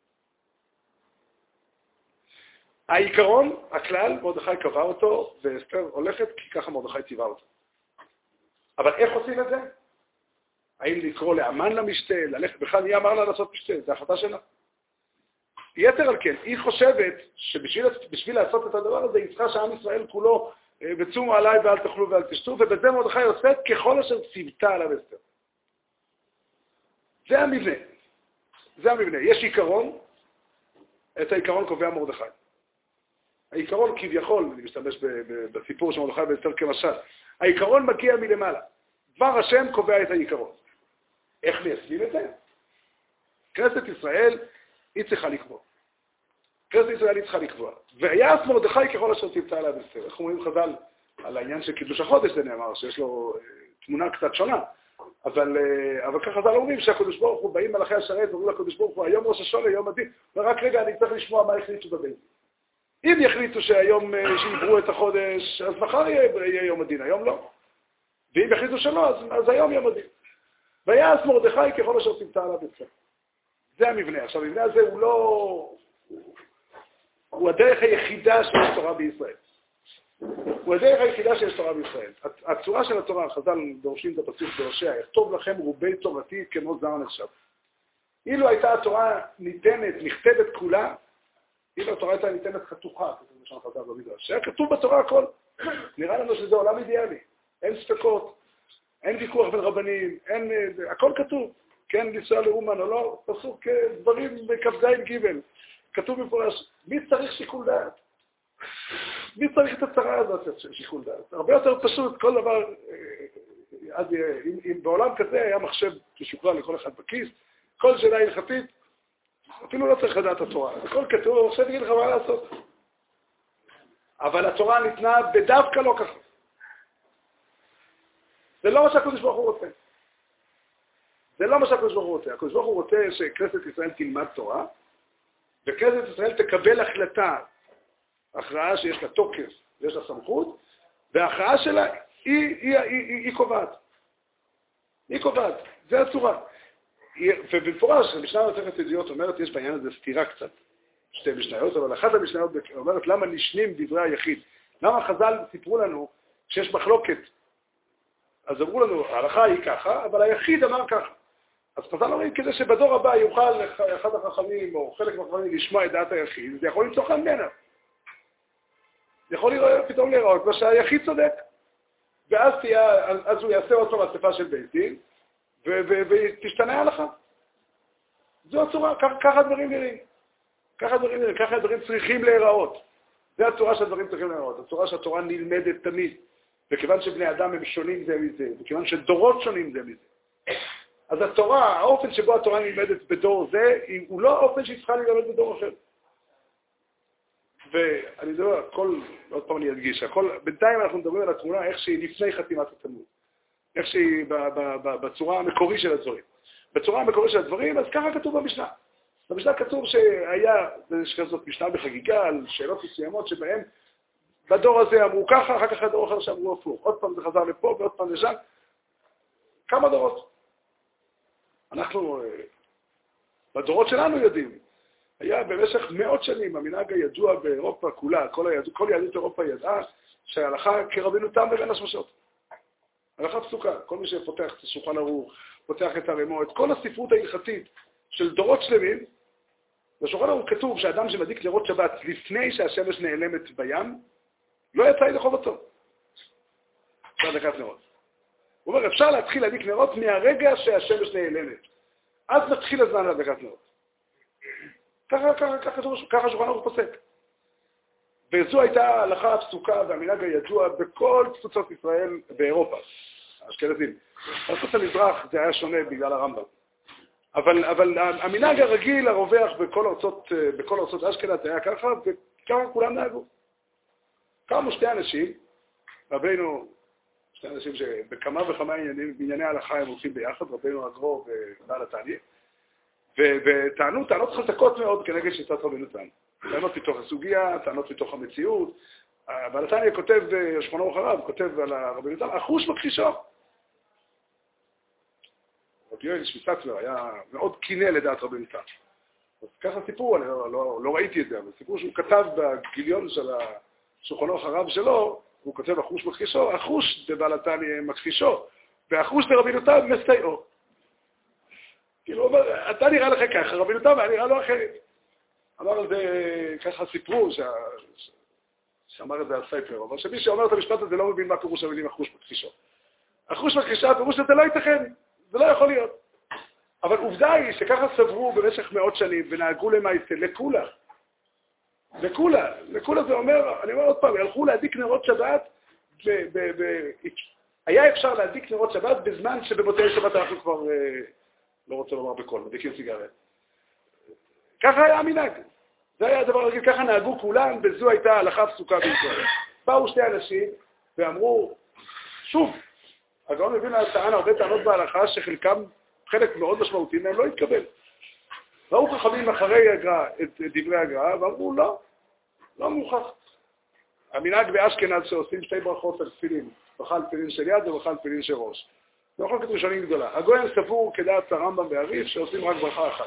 העיקרון, הכלל, מרדכי קבע אותו, ואסתר הולכת כי ככה מרדכי ציווה אותו. אבל איך עושים את זה? האם לקרוא לאמן למשתה, ללכת, בכלל מי אמר לה לעשות משתה? זה החלטה שלה. יתר על כן, היא חושבת שבשביל לעשות את הדבר הזה, היא צריכה שעם ישראל כולו, וצומו עליי ואל תאכלו ואל תשתו, ובזה מרדכי עושה ככל אשר ציוותה עליו אסתר. זה המבנה. יש עיקרון, את העיקרון קובע מרדכי. העיקרון כביכול, אני משתמש בסיפור של מרדכי ואסתר כמשל, העיקרון מגיע מלמעלה. דבר השם קובע את העיקרון. איך מיישמים את זה? כנסת ישראל היא צריכה לקבוע. כנסת ישראל היא צריכה לקבוע. ויעש מרדכי ככל אשר ציוותה עליו אסתר. איך אומרים חז"ל על העניין של קידוש החודש, זה נאמר, שיש לו תמונה קצת שונה. אבל ככה חז"ל אומרים שהקדוש ברוך הוא באים מלאכי השרת ואומרים לקדוש ברוך הוא, היום ראש השונה, יום הדין, ורק רגע אני צריך לשמוע מה החליטו בבית. אם יחליטו שהיום שיברו את החודש, אז מחר יהיה יום הדין, היום לא. ואם יחליטו שלא, אז היום יום הדין. ויעש מרדכי ככל אשר ציוותה עליו אסתר. זה המבנה. עכשיו, המבנה הזה הוא הדרך היחידה שיש תורה בישראל. הצורה של התורה, חז"ל דורשים את הפסוק בהושע, יכתוב לכם רובי תורתי כמו זר נחשב. אילו הייתה התורה נכתבת כולה, אילו התורה הייתה ניתנת חתוכה, כתוב לשון חז"ל במדרש, שהיה כתוב בתורה הכל. נראה לנו שזה עולם אידיאלי. אין ספקות, אין ויכוח בין רבנים, הכל כתוב. כן, לנסוע לאומן או לא, פסוק דברים בכ"ז ג' כתוב מפורש, מי צריך שיקול דעת? מי צריך את הצרה הזאת של שיקול דעת? הרבה יותר פשוט, כל דבר, אם בעולם כזה היה מחשב ששוקרא לכל אחד בכיס, כל שאלה הלכתית, אפילו לא צריך לדעת התורה, הכל כתוב, עכשיו תגיד לך מה לעשות. אבל התורה ניתנה בדווקא לא ככה. זה לא מה שהקדוש ברוך הוא רוצה. זה לא מה שהקדוש ברוך הוא רוצה. הקדוש ברוך הוא רוצה שכנסת ישראל תלמד תורה, וכנסת ישראל תקבל הכרעה שיש לה תוקף ויש לה סמכות, וההכרעה שלה היא קובעת. היא קובעת. זה הצורה. ובמפורש, המשנה במסכת ידיעות אומרת, יש בעניין הזה סתירה קצת שתי משניות, אבל אחת המשניות אומרת למה נשנים דברי היחיד. למה חז"ל סיפרו לנו שיש מחלוקת. אז אמרו לנו, ההלכה היא ככה, אבל היחיד אמר ככה. אז חז"ל אומרים, כדי שבדור הבא יוכל אחד החכמים או חלק מהחכמים לשמוע את דעת היחיד, זה יכול למצוא ממנה. זה יכול פתאום לראות מה שהיחיד צודק. ואז הוא יעשה אותו מהשפה של בית דין, ותשתנה ההלכה. זו הצורה, ככה הדברים נראים. ככה הדברים צריכים להיראות. זו הצורה שהדברים צריכים להיראות. הצורה שהתורה נלמדת תמיד. וכיוון שבני אדם הם שונים זה מזה, וכיוון שדורות שונים זה מזה. אז התורה, האופן שבו התורה נלמדת בדור זה, הוא לא האופן שהיא צריכה להילמד בדור אחר. ואני מדבר, עוד פעם אני אדגיש, בינתיים אנחנו מדברים על התמונה איך שהיא לפני חתימת התלמוד. איך שהיא בצורה המקורית של הדברים. בצורה המקורית של הדברים, אז ככה כתוב במשנה. במשנה כתוב שהיה, יש כזאת משנה בחגיגה על שאלות מסוימות שבהן בדור הזה אמרו ככה, אחר כך הדור אחר שאמרו הפוך. עוד פעם זה חזר לפה ועוד פעם לשם. כמה דורות. אנחנו, בדורות שלנו יודעים, היה במשך מאות שנים, המנהג הידוע באירופה כולה, כל יהדות אירופה ידעה שההלכה כרבינו תם ובין השמשות. הלכה פסוקה, כל מי שפותח את השולחן ערוך, פותח את הרמו, את כל הספרות ההלכתית של דורות שלמים, בשולחן ערוך כתוב שאדם שמדליק נרות שבת לפני שהשמש נעלמת בים, לא יצא ידי חובתו. זה הדלקת נרות. הוא אומר, אפשר להתחיל להדליק נרות מהרגע שהשמש נעלמת. אז מתחיל הזמן להדלקת נרות. ככה שולחן ערוך פוסק. וזו הייתה ההלכה הפסוקה והמנהג הידוע בכל תפוצות ישראל באירופה, האשכנזים. בארצות המזרח זה היה שונה בגלל הרמב"ם. אבל המנהג הרגיל, הרווח בכל ארצות אשכנז היה ככה, וככה כולם נהגו. קמו שתי אנשים, רבינו, שתי אנשים שבכמה וכמה ענייני ההלכה הם הולכים ביחד, רבינו הגרו ובעל התניא, וטענו טענות חזקות מאוד כנגד שיטת רבינו תם. טענות מתוך הסוגיה, טענות מתוך המציאות. בעל התניא כותב, שכונו אחריו, כותב על רבינו תם, החוש מכחישו. רבי יואל שמיסצלר היה מאוד קינא לדעת רבינו תם. אז ככה סיפור, אני לא ראיתי את זה, אבל סיפור שהוא כתב בגיליון של שכונו אחריו שלו, הוא כותב החוש מכחישו, החוש דבעל התניא מכחישו, והחוש דרבינו תם מסייעו. כאילו, הוא אומר, אתה נראה לך ככה, רבינו תם, היה נראה לו אחרת. אמר על זה, ככה סיפרו, שאמר את זה על ספר, אבל שמי שאומר את המשפט הזה לא מבין מה פירוש המילים החוש מכחישו. החוש מכחישו, הפירוש הזה לא ייתכן, זה לא יכול להיות. אבל עובדה היא שככה סברו במשך מאות שנים ונהגו למעשה, לכולה זה אומר, אני אומר עוד פעם, הלכו להדליק נרות שבת, היה אפשר להדליק נרות שבת בזמן שבמוצאי שבת אנחנו כבר, לא רוצה לומר בכל, מדליקים סיגריה. ככה היה המנהג. זה היה הדבר הרגיל, ככה נהגו כולם, וזו הייתה הלכה פסוקה בישראל. באו שתי אנשים ואמרו, שוב, הגאון מבין טען הרבה טענות בהלכה שחלקם, חלק מאוד משמעותי מהם לא התקבל. ראו חכמים אחרי הגר"א את דברי הגר"א ואמרו, לא מוכח. המנהג באשכנז שעושים שתי ברכות על תפילין, בחל תפילין של יד ובחל תפילין של ראש. זה מחלוקת ראשונים גדולה. הגויין סבור כדעת הרמב"ם והרי"ף שעושים רק ברכה אחת.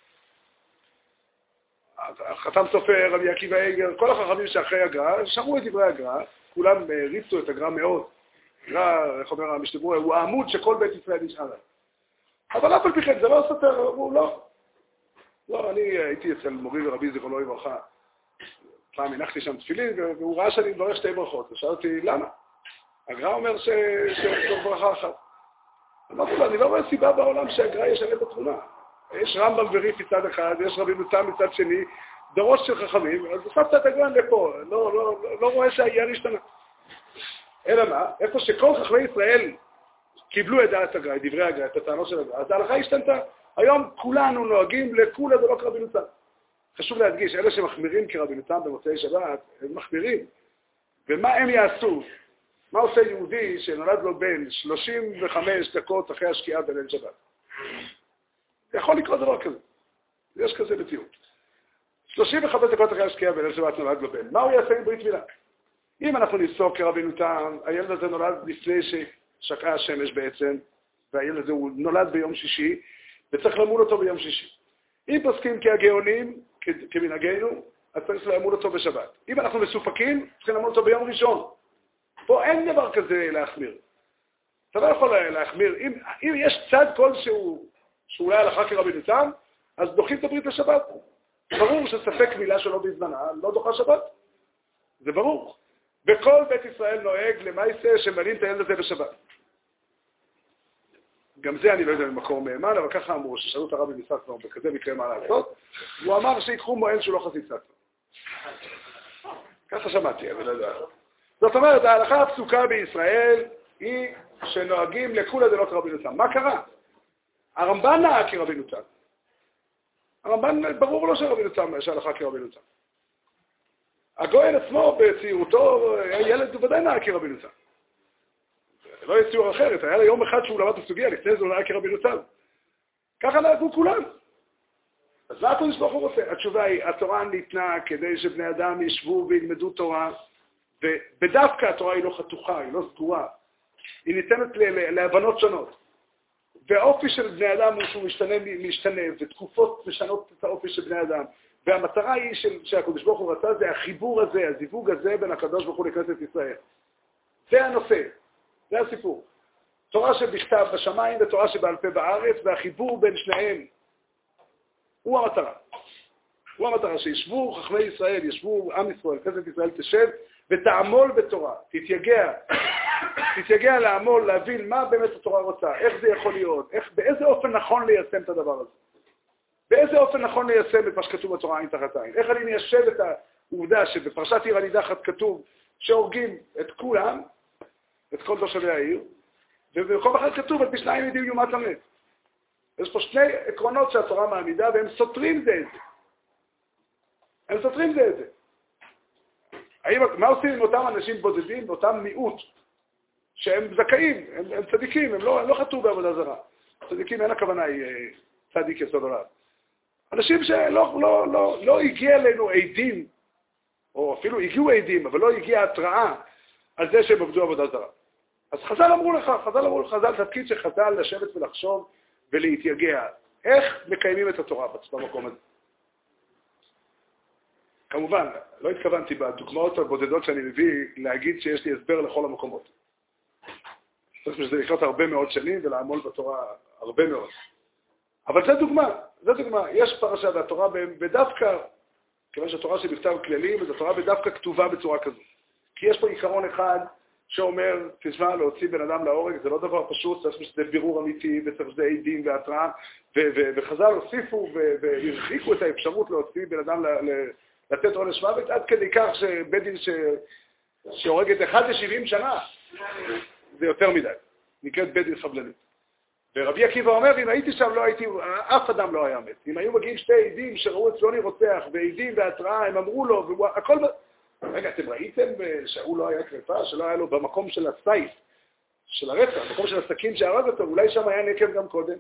חתם סופר, רבי עקיבא איגר, כל החכמים שאחרי הגר"א, שמעו את דברי הגר"א, כולם ריצו את הגר"א מאוד. הגר"א, איך אומר המשתברור, הוא העמוד שכל בית ישראל נשאר עליו. אבל אף על פי כן, זה לא סופר, אמרו, לא, אני הייתי אצל מורי ורבי זיכרונו לברכה. פעם הנחתי שם תפילין, והוא ראה שאני מברך שתי ברכות. ושאל אותי, למה? הגר"א אומר שזו ברכה אחת. אמרתי לו, אני לא רואה סיבה בעולם שהגר"א ישנה את התמונה. יש רמב"ם ורי"ף מצד אחד, יש רבינו תם מצד שני, דורות של חכמים, אז הוספת את הגר"א לפה, לא רואה שהעניין השתנה. אלא מה? איפה שכל חכמי ישראל קיבלו את דעת הגר"א, את דברי הגר"א, את הטענות של הגר"א, אז ההלכה השתנתה. היום כולנו נוהגים לכולה ולא כרבינו תם. חשוב להדגיש, אלה שמחמירים כרבינו תם במוצאי שבת, הם מחמירים. ומה הם יעשו? מה עושה יהודי שנולד לו בן 35 דקות אחרי השקיעה בליל שבת? יכול לקרות דבר כזה. יש כזה מציאות. 35 דקות אחרי השקיעה בליל שבת נולד לו בן. מה הוא יעשה עם ברית מילה? אם אנחנו נפסוק כרבינו תם, הילד הזה נולד לפני ששקעה השמש בעצם, והילד הזה הוא נולד ביום שישי, וצריך למול אותו ביום שישי. אם פוסקים כהגאונים, כמנהגנו, אז צריך לאמור אותו בשבת. אם אנחנו מסופקים, צריכים לאמור אותו ביום ראשון. פה אין דבר כזה להחמיר. אתה לא יכול להחמיר. אם יש צד כלשהו שאולי הלכה כרבי תם, אז דוחים את הברית לשבת. ברור שספק מילה שלא בזמנה, לא דוחה שבת. זה ברור. בכל בית ישראל נוהג למעשה שמלין את הילד הזה בשבת. גם זה אני לא יודע ממקור מהימן, אבל ככה אמרו, ששאלו את הרבי מססנור בכזה מקרה מה לעשות, הוא אמר שיקחו מועל שהוא לא חסיד ססנור. ככה שמעתי, אבל לא יודע. זאת אומרת, ההלכה הפסוקה בישראל היא שנוהגים לכולה דלות רבינו תם. מה קרה? הרמב"ן נהג כרבינו תם. הרמב"ן ברור לו שרבינו תם, שההלכה כרבינו תם. הגויין עצמו בצעירותו, ילד הוא ודאי נהג כרבינו תם. לא יהיה ציור אחרת, היה לה יום אחד שהוא למד בסוגיה, לפני זה הוא נהג כרבינו תם. ככה נהגו כולם. אז מה הקדוש ברוך הוא רוצה? התשובה היא, התורה ניתנה כדי שבני אדם ישבו וילמדו תורה, ובדווקא התורה היא לא חתוכה, היא לא סגורה. היא ניתנת להבנות שונות. והאופי של בני אדם הוא שהוא משתנה, ותקופות משנות את האופי של בני אדם. והמטרה היא שהקדוש ברוך הוא רצה, זה החיבור הזה, הזיווג הזה בין הקדוש ברוך הוא לכנסת ישראל. זה הנושא, זה הסיפור. תורה שבכתב בשמיים ותורה שבעל פה בארץ, והחיבור בין שניהם הוא המטרה. הוא המטרה, שישבו חכמי ישראל, ישבו עם ישראל, כנסת ישראל תשב ותעמול בתורה, תתייגע לעמול, להבין מה באמת התורה רוצה, איך זה יכול להיות, באיזה אופן נכון ליישם את הדבר הזה. באיזה אופן נכון ליישם את מה שכתוב בתורה עין תחת עין. איך אני מיישב את העובדה שבפרשת עיר הנידחת כתוב שהורגים את כולם, את כל תושבי העיר, ובמקום אחד כתוב, על פי שניים יהודים יומת המת. יש פה שני עקרונות שהתורה מעמידה, והם סותרים זה את זה. הם סותרים זה את זה. מה עושים עם אותם אנשים בודדים, באותם מיעוט, שהם זכאים, הם צדיקים, הם לא חטאו בעבודה זרה. צדיקים אין הכוונה היא צדיק יסוד עולם. אנשים שלא הגיע אלינו עדים, או אפילו הגיעו עדים, אבל לא הגיעה התראה על זה שהם עבדו עבודה זרה. אז חז"ל אמרו לך, חז"ל תפקיד שחז"ל לשבת ולחשוב ולהתייגע. איך מקיימים את התורה במקום הזה? כמובן, לא התכוונתי בדוגמאות הבודדות שאני מביא להגיד שיש לי הסבר לכל המקומות. צריך שזה לקרות הרבה מאוד שנים ולעמול בתורה הרבה מאוד. אבל זה דוגמה. יש פרשה והתורה בדווקא, כיוון שהתורה שבכתב כללים, אז התורה בדווקא כתובה בצורה כזו. כי יש פה עיקרון אחד שאומר, תשמע, להוציא בן אדם להורג, זה לא דבר פשוט, צריך שזה בירור אמיתי, וצריך שזה עדים והתראה, וחז"ל הוסיפו והרחיקו את האפשרות להוציא בן אדם לתת עונש מוות, עד כדי כך שבית דין שהורג את אחד ל-70 שנה, זה יותר מדי. נקראת בית דין חבלני. ורבי עקיבא אומר, אם הייתי שם לא הייתי, אף אדם לא היה מת. אם היו מגיעים שתי עדים שראו את פלוני רוצח, ועדים והתראה, הם אמרו לו, הכל... רגע, אתם ראיתם שהוא לא היה קרפה, שלא היה לו במקום של הסייף, של הרצח, במקום של הסכין שהרג אותו, אולי שם היה נקב גם קודם.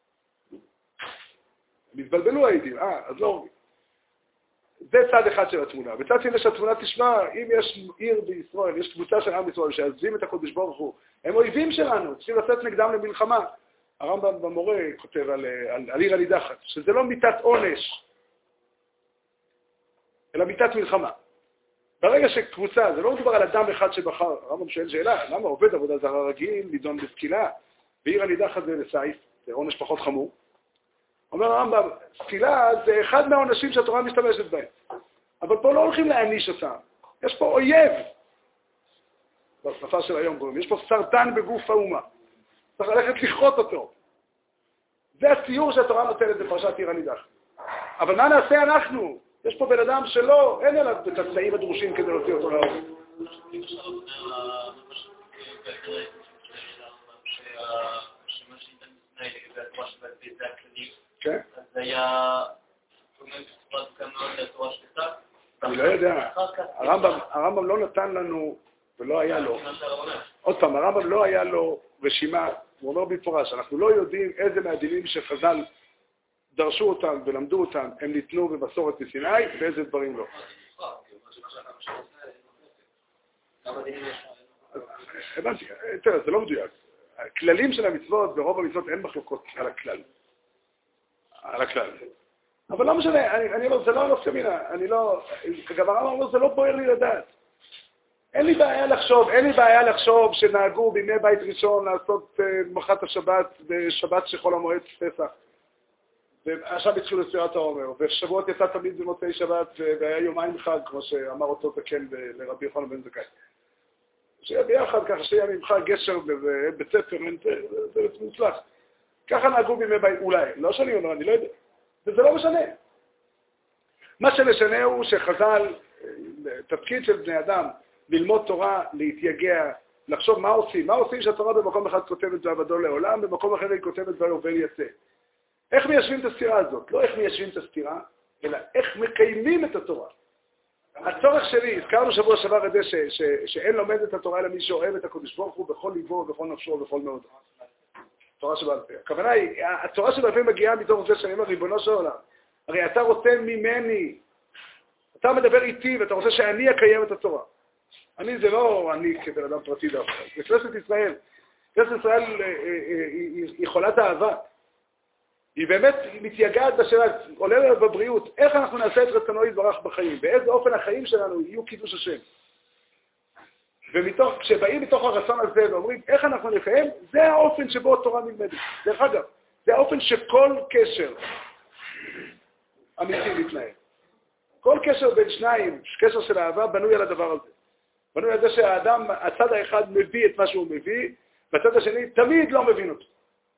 הם התבלבלו העדים, אז לא... זה צד אחד של התמונה. בצד שני שהתמונה תשמע, אם יש עיר בישראל, יש קבוצה של עם ישראל שעזבים את הקודש ברוך הוא, הם אויבים שלנו, צריכים לצאת נגדם למלחמה. הרמב"ם במורה כותב על עיר הנידחת, שזה לא מיטת עונש, אלא מיטת מלחמה. ברגע שקבוצה, זה לא מדובר על אדם אחד שבחר, הרמב"ם שואל שאלה, למה עובד עבודה זרה רגיל, נידון בסקילה, ועיר הנידחת זה לסייף, זה עונש פחות חמור. אומר הרמב"ם, סקילה זה אחד מהעונשים שהתורה משתמשת בהם. אבל פה לא הולכים להעניש אותם. יש פה אויב. בשפה של היום קוראים, יש פה סרטן בגוף האומה. צריך ללכת לכרות אותו. זה הציור שהתורה נותנת בפרשת עיר הנידחת. אבל מה נעשה אנחנו? יש פה בן אדם שלא, אין עליו את התנאים הדרושים כדי להוציא אותו להורג. כן? אז היה... אני לא יודע. הרמב"ם לא נתן לנו, ולא היה לו. עוד פעם, הרמב"ם לא היה לו רשימה, הוא אומר במפורש, אנחנו לא יודעים איזה מהדינים שחז"ל דרשו אותם ולמדו אותם, הם ניתנו במסורת מסיני, ואיזה דברים לא. הבנתי, תראה, זה לא מדויק. הכללים של המצוות, ברוב המצוות אין מחלוקות על הכלל. אבל לא משנה, אני אומר, זה לא הנושא מינה, גם הרמב"ם אומר, זה לא בוער לי לדעת. אין לי בעיה לחשוב שנהגו בימי בית ראשון לעשות מחת השבת, בשבת שחול המועד פסח. ועכשיו התחילו לספירת העומר, ושבועות יצא תמיד במוצאי שבת, והיה יומיים חג, כמו שאמר אותו זקן לרבי יוחנן בן זכאי. שיהיה ביחד, ככה שיהיה ממך גשר בבית ספר, זה מוצלח. ככה נהגו בימי בית, אולי, לא שאני אומר, אני לא יודע. וזה לא משנה. מה שמשנה הוא שחז"ל, תפקיד של בני אדם, ללמוד תורה, להתייגע, לחשוב מה עושים. מה עושים שהתורה במקום אחד כותבת ועבדו לעולם, במקום אחר היא כותבת ויובל יצא. איך מיישבים את הסתירה הזאת? לא איך מיישבים את הסתירה, אלא איך מקיימים את התורה. הצורך שלי, הזכרנו שבוע שעבר את זה שאין לומד את התורה אלא מי שאוהב את הקדוש ברוך הוא בכל ליבו ובכל נפשו ובכל מאודו. תורה שבעל פה. הכוונה היא, התורה שבעל פה מגיעה מתוך זה שאני אומר, ריבונו של עולם. הרי אתה רוצה ממני, אתה מדבר איתי ואתה רוצה שאני אקיים את התורה. אני זה לא אני כבן אדם פרטי דווקא. בכנסת ישראל, כנסת ישראל היא חולת אהבה. היא באמת מתייגעת בשאלה, עולה לה בבריאות, איך אנחנו נעשה את רצונו יתברך בחיים, באיזה אופן החיים שלנו יהיו קידוש השם. כשבאים מתוך הרצון הזה ואומרים, איך אנחנו נקיים, זה האופן שבו התורה נלמדת. דרך אגב, זה האופן שכל קשר אמיתי מתנהל. כל קשר בין שניים, קשר של אהבה, בנוי על הדבר הזה. בנוי על זה שהאדם, הצד האחד מביא את מה שהוא מביא, והצד השני תמיד לא מבין אותו.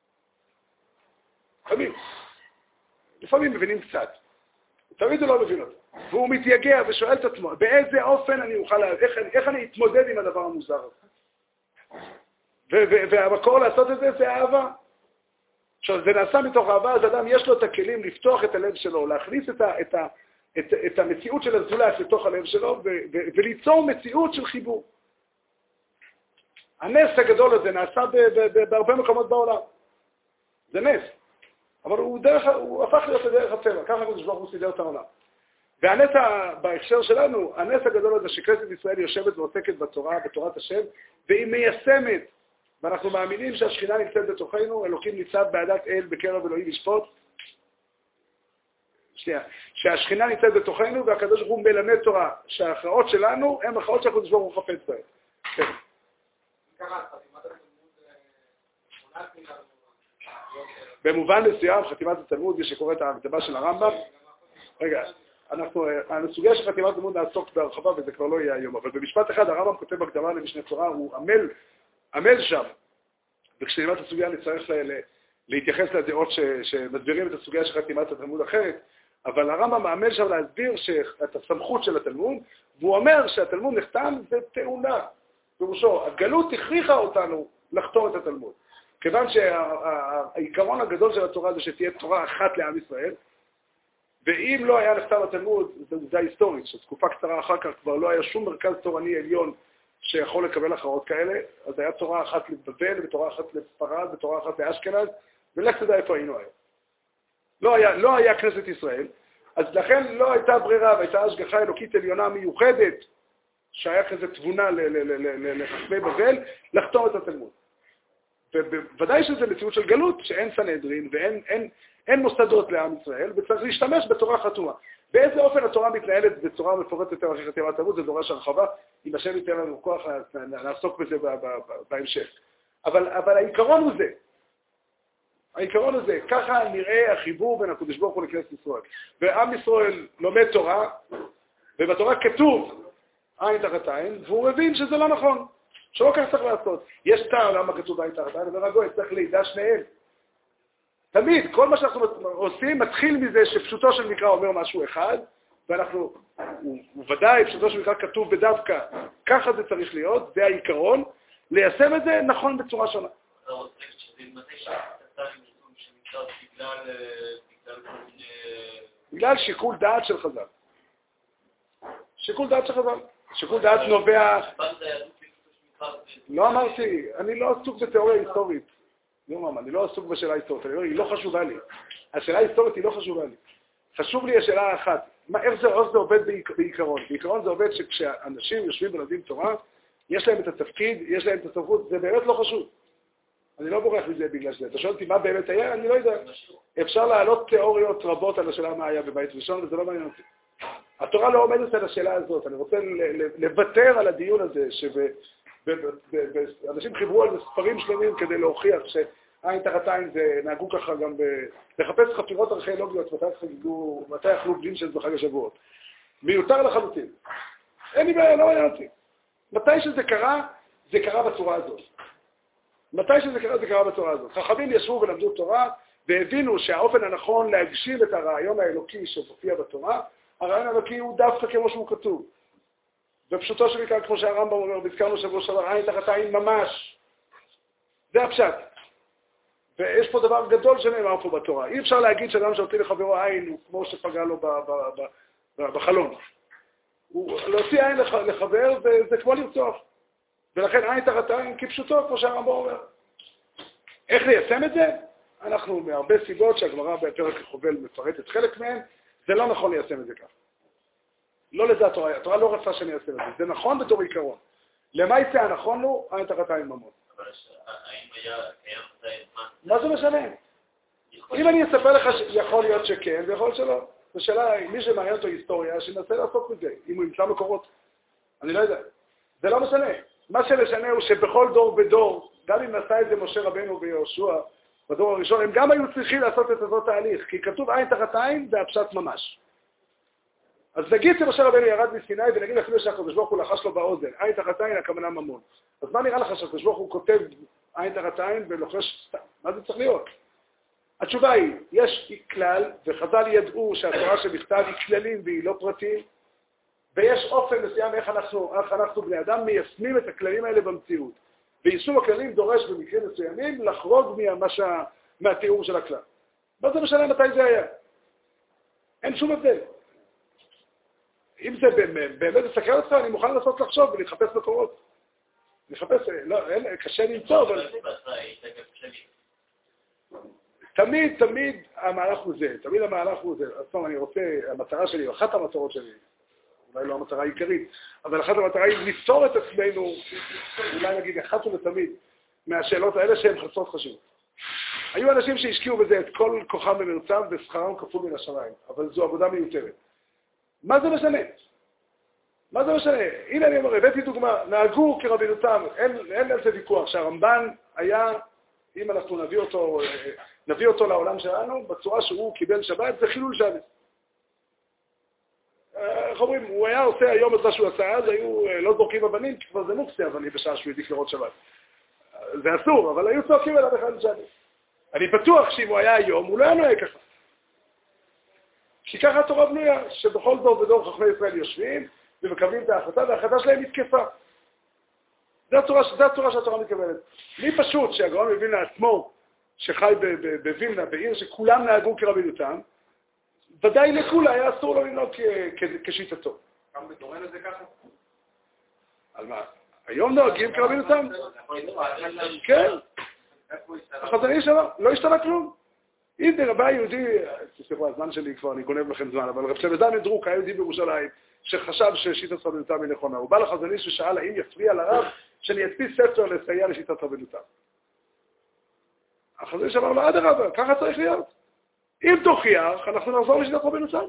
לפעמים מבינים קצת. תמיד הוא לא מבין אותו. והוא מתייגע ושואל את עצמו, באיזה אופן אני אוכל, איך אני אתמודד עם הדבר המוזר הזה. והמקור לעשות את זה זה אהבה. עכשיו, זה נעשה מתוך אהבה, אז אדם יש לו את הכלים לפתוח את הלב שלו, להכניס את המציאות של הזולת לתוך הלב שלו, וליצור מציאות של חיבור. הנס הגדול הזה נעשה בהרבה מקומות בעולם. זה נס. אבל הוא הפך להיות לדרך הטבע, ככה הקדוש ברוך הוא סידר את העולם. והנס בהקשר שלנו, הנס הגדול הזה שכנסת ישראל יושבת ועוסקת בתורה, בתורת השם, והיא מיישמת, ואנחנו מאמינים שהשכינה נמצאת בתוכנו, אלוקים ניצב בעדת אל בקרב אלוהים ישפוט. שהשכינה נמצאת בתוכנו והקדוש ברוך הוא מלמד תורה, שההכרעות שלנו הן הכרעות שהקדוש ברוך הוא חפץ בהן. כן. במובן מסוים, חתימת התלמוד, מי שקורא את הכתבה של הרמב"ם, רגע, הסוגיה של חתימת התלמוד נעסוק בהרחבה, וזה כבר לא יהיה היום, אבל במשפט אחד הרמב"ם כותב בהקדמה למשנה תורה, הוא עמל שם, וכשנלמד את הסוגיה נצטרך להתייחס לדעות שמסבירים את הסוגיה של חתימת התלמוד אחרת, אבל הרמב"ם עמל שם להסביר את הסמכות של התלמוד, והוא אומר שהתלמוד נחתם זה תאונה, פירושו, הגלות הכריחה אותנו לחתור את התלמוד. כיוון שהעיקרון הגדול של התורה זה שתהיה תורה אחת לעם ישראל, ואם לא היה נחתם התלמוד, זו עובדה היסטורית, שתקופה קצרה אחר כך כבר לא היה שום מרכז תורני עליון שיכול לקבל הכרעות כאלה, אז היה תורה אחת לבבל, ותורה אחת לספרד, ותורה אחת לאשכנז, ולך תדע איפה היינו היום. לא היה כנסת ישראל, אז לכן לא הייתה ברירה, והייתה השגחה אלוקית עליונה מיוחדת, שהיה כזה תבונה לחכמי בבל, לחתום את התלמוד. ובוודאי שזה מציאות של גלות, שאין סנהדרין ואין מוסדות לעם ישראל, וצריך להשתמש בתורה חתומה. באיזה אופן התורה מתנהלת בצורה מפורטת יותר אחרי חתימת התלמוד, זה דורש הרחבה, אם השם ייתן לנו כוח לעסוק בזה בהמשך. אבל העיקרון הוא זה. העיקרון הזה, ככה נראה החיבור בין הקדוש ברוך הוא לכנסת ישראל. ועם ישראל לומד תורה, ובתורה כתוב עין תחת עין, והוא מבין שזה לא נכון. שלא כך צריך לעשות. יש טעם למה כתוב עין תחת עין, אבל הגוי צריך לידע שניהם. תמיד, כל מה שאנחנו עושים מתחיל מזה שפשוטו של מקרא אומר משהו אחד, ואנחנו, ודאי, פשוטו של מקרא כתוב בדווקא, ככה זה צריך להיות, זה העיקרון, ליישם את זה נכון בצורה שונה. אתה רוצה שזה מתי שאתה שנקרא בגלל שיקול דעת של חז"ל. שיקול דעת של חז"ל. שיקול דעת נובע... לא אמרתי, אני לא עסוק בתיאוריה היסטורית. אני לא עסוק בשאלה היסטורית, היא לא חשובה לי. השאלה ההיסטורית היא לא חשובה לי. חשוב לי השאלה האחת, איך זה עובד בעיקרון? בעיקרון זה עובד שכשאנשים יושבים ולומדים תורה, יש להם את התפקיד, יש להם את הסמכות, זה באמת לא חשוב. אני לא בורח מזה בגלל זה. אתה שואל אותי מה באמת היה? אני לא יודע. אפשר להעלות תיאוריות רבות על השאלה מה היה בבית ראשון, וזה לא מעניין אותי. התורה לא עומדת על השאלה הזאת. אני רוצה לוותר על הדיון הזה, שאנשים חיברו על זה ספרים שלמים כדי להוכיח שעין תחת עין ונהגו ככה גם לחפש חפירות ארכיאולוגיות, מתי אכלו בלין של בחג השבועות. מיותר לחלוטין. אין לי בעיה, לא מעניין אותי. מתי שזה קרה, זה קרה בצורה הזאת. מתי שזה קרה, זה קרה בצורה הזאת. חכמים ישבו ולמדו תורה, והבינו שהאופן הנכון להגשים את הרעיון האלוקי שמופיע בתורה, הרעיון האלוקי הוא דווקא כמו שהוא כתוב. בפשוטו של מקרה, כמו שהרמב"ם אומר, והזכרנו שבוע שעבר, עין תחת עין ממש. זה הפשט. ויש פה דבר גדול שנאמר פה בתורה. אי אפשר להגיד שאדם שהוציא לחברו עין הוא כמו שפגע לו בחלון. להוציא עין לחבר זה כמו לרצוח. ולכן עין תחת עין כפשוטו, כמו שהרמב"ם אומר. איך ליישם את זה? אנחנו מהרבה סיבות שהגמרא בפרק החובל מפרטת חלק מהן, זה לא נכון ליישם את זה כך. לא לזה התורה, התורה לא רצה שאני איישם את זה. זה נכון בתור עיקרון. למה יצא הנכון לו? עין תחת עין ממון. אבל האם היה קיים את הזמן? מה זה משנה? אם אני אספר לך שיכול להיות שכן, ויכול להיות שלא. זו שאלה, מי שמעניין אותו היסטוריה, שינסה לעסוק בזה, אם הוא ימצא מקורות. אני לא יודע. זה לא משנה. מה שמשנה הוא שבכל דור ודור, גם אם נעשה את זה משה רבנו ויהושע, בדור הראשון, הם גם היו צריכים לעשות את אותו תהליך, כי כתוב עין תחת עין, זה הפשט ממש. אז נגיד שמשה רבנו ירד מסיני, ונגיד אפילו שהקדוש ברוך הוא לחש לו באוזן, עין תחת עין, הכוונה ממון. אז מה נראה לך שהקדוש ברוך הוא כותב עין תחת עין ולוחש סתם? מה זה צריך להיות? התשובה היא, יש כלל, וחז"ל ידעו שהתורה שבכתב היא כללים והיא לא פרטים, ויש אופן מסוים איך אנחנו בני אדם מיישמים את הכללים האלה במציאות. ויישום הכללים דורש במקרים מסוימים לחרוג מהתיאור של הכלל. מה זה משנה מתי זה היה? אין שום הבדל. אם זה באמת מסקר אותך, אני מוכן לנסות לחשוב ולחפש מקורות. לחפש, לא, קשה למצוא, אבל... תמיד המהלך הוא זה. תמיד המהלך הוא זה. אז טוב, אני רוצה, המטרה שלי, אחת המטרות שלי, אולי לא המטרה העיקרית, אבל אחת המטרה היא לפתור את עצמנו, אולי נגיד אחת ולתמיד, מהשאלות האלה שהן חסרות חשיבות. היו אנשים שהשקיעו בזה את כל כוחם ומרצם ושכרם כפול מן השמיים, אבל זו עבודה מיותרת. מה זה משנה? מה זה משנה? הנה אני אומר, הבאתי דוגמה, נהגו כרבנותם, אין על זה ויכוח, שהרמב"ן היה, אם אנחנו נביא אותו לעולם שלנו, בצורה שהוא קיבל שבת, זה חילול שבת. איך אומרים, הוא היה עושה היום את מה שהוא עשה, אז היו לא זורקים אבנים, כי כבר זה מוקצה אבנים בשעה שהוא ידיק לראות שבת. זה אסור, אבל היו צועקים אליו אחד לשבת. אני בטוח שאם הוא היה היום, הוא לא היה נוהג ככה. כי ככה התורה בנויה, שבכל דור ודור חכמי ישראל יושבים, ומקבלים את ההחלטה, וההחלטה שלהם מתקפה. זה הצורה שהתורה מתקבלת. לי פשוט שהגאון מווילנה עצמו, שחי בווילנה, בעיר שכולם נהגו כרבנותם, ודאי לכולה היה אסור לו לנהוג כשיטתו. גם בדורנו זה ככה? על מה? היום נוהגים כרבנותם? כן. החזון איש אמר, לא השתנה כלום. אם רבה היהודי, תסתכלו, הזמן שלי כבר, אני גונב לכם זמן, אבל רב שבזן מדרוק היה יהודי בירושלים, שחשב ששיטת רבנותם היא נכונה. הוא בא לחזון איש ושאל האם יפריע לרב שאני אדפיס ספר לסייע לשיטת רבנותם. החזון איש אמר לו, אדרבה, ככה צריך להיות. אם תוכיח, אנחנו נחזור לשיטת רבנותם.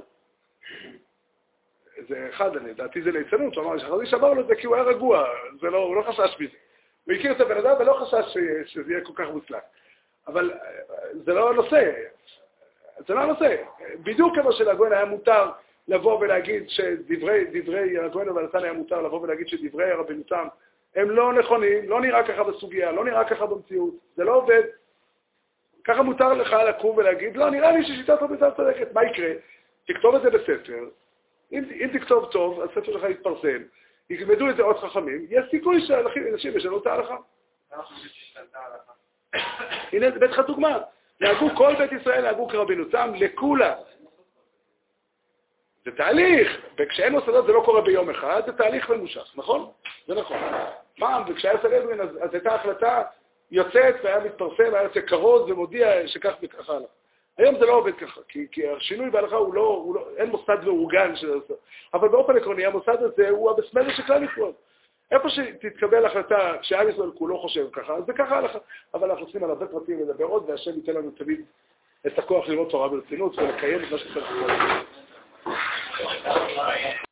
זה אחד, לדעתי זה ליצנות, הוא אמר, שחזון איש אמר לו את זה כי הוא היה רגוע, הוא לא חשש מזה. הוא הכיר את הבן אדם ולא חשש שזה יהיה כל כך מוצלח. אבל זה לא הנושא. זה לא הנושא. בדיוק כמו שלגוין היה מותר לבוא ולהגיד שדברי הגוין ובנתן היה מותר לבוא ולהגיד שדברי הרבנותם הם לא נכונים, לא נראה ככה בסוגיה, לא נראה ככה במציאות. זה לא עובד. ככה מותר לך לקום ולהגיד, לא, נראה לי ששיטת רבנותם צודקת. מה יקרה? תכתוב את זה בספר. אם תכתוב טוב, הספר שלך יתפרסם. יקמדו את זה עוד חכמים, יש סיכוי שאנשים ישנו את ההלכה. הנה, בטח דוגמה. נהגו כל בית ישראל, נהגו כרבנותם לכולה. זה תהליך. וכשאין מוסדות זה לא קורה ביום אחד, זה תהליך ממושך, נכון? זה נכון. פעם, וכשהיה סגדרין, אז הייתה החלטה יוצאת והיה מתפרסם, היה יוצא כרוז ומודיע שכך וכך הלאה. היום זה לא עובד ככה, כי השינוי בהלכה הוא לא, אין מוסד מאורגן של זה. אבל באופן עקרוני, המוסד הזה הוא הבסמלר של כלל ישראל. איפה שתתקבל החלטה, כשעם ישראל כולו חושב ככה, אז זה ככה הלכה. אבל אנחנו צריכים על הרבה פרטים לדבר עוד, והשם ייתן לנו תמיד את הכוח לראות תורה ברצינות ולקיים את מה שצריך.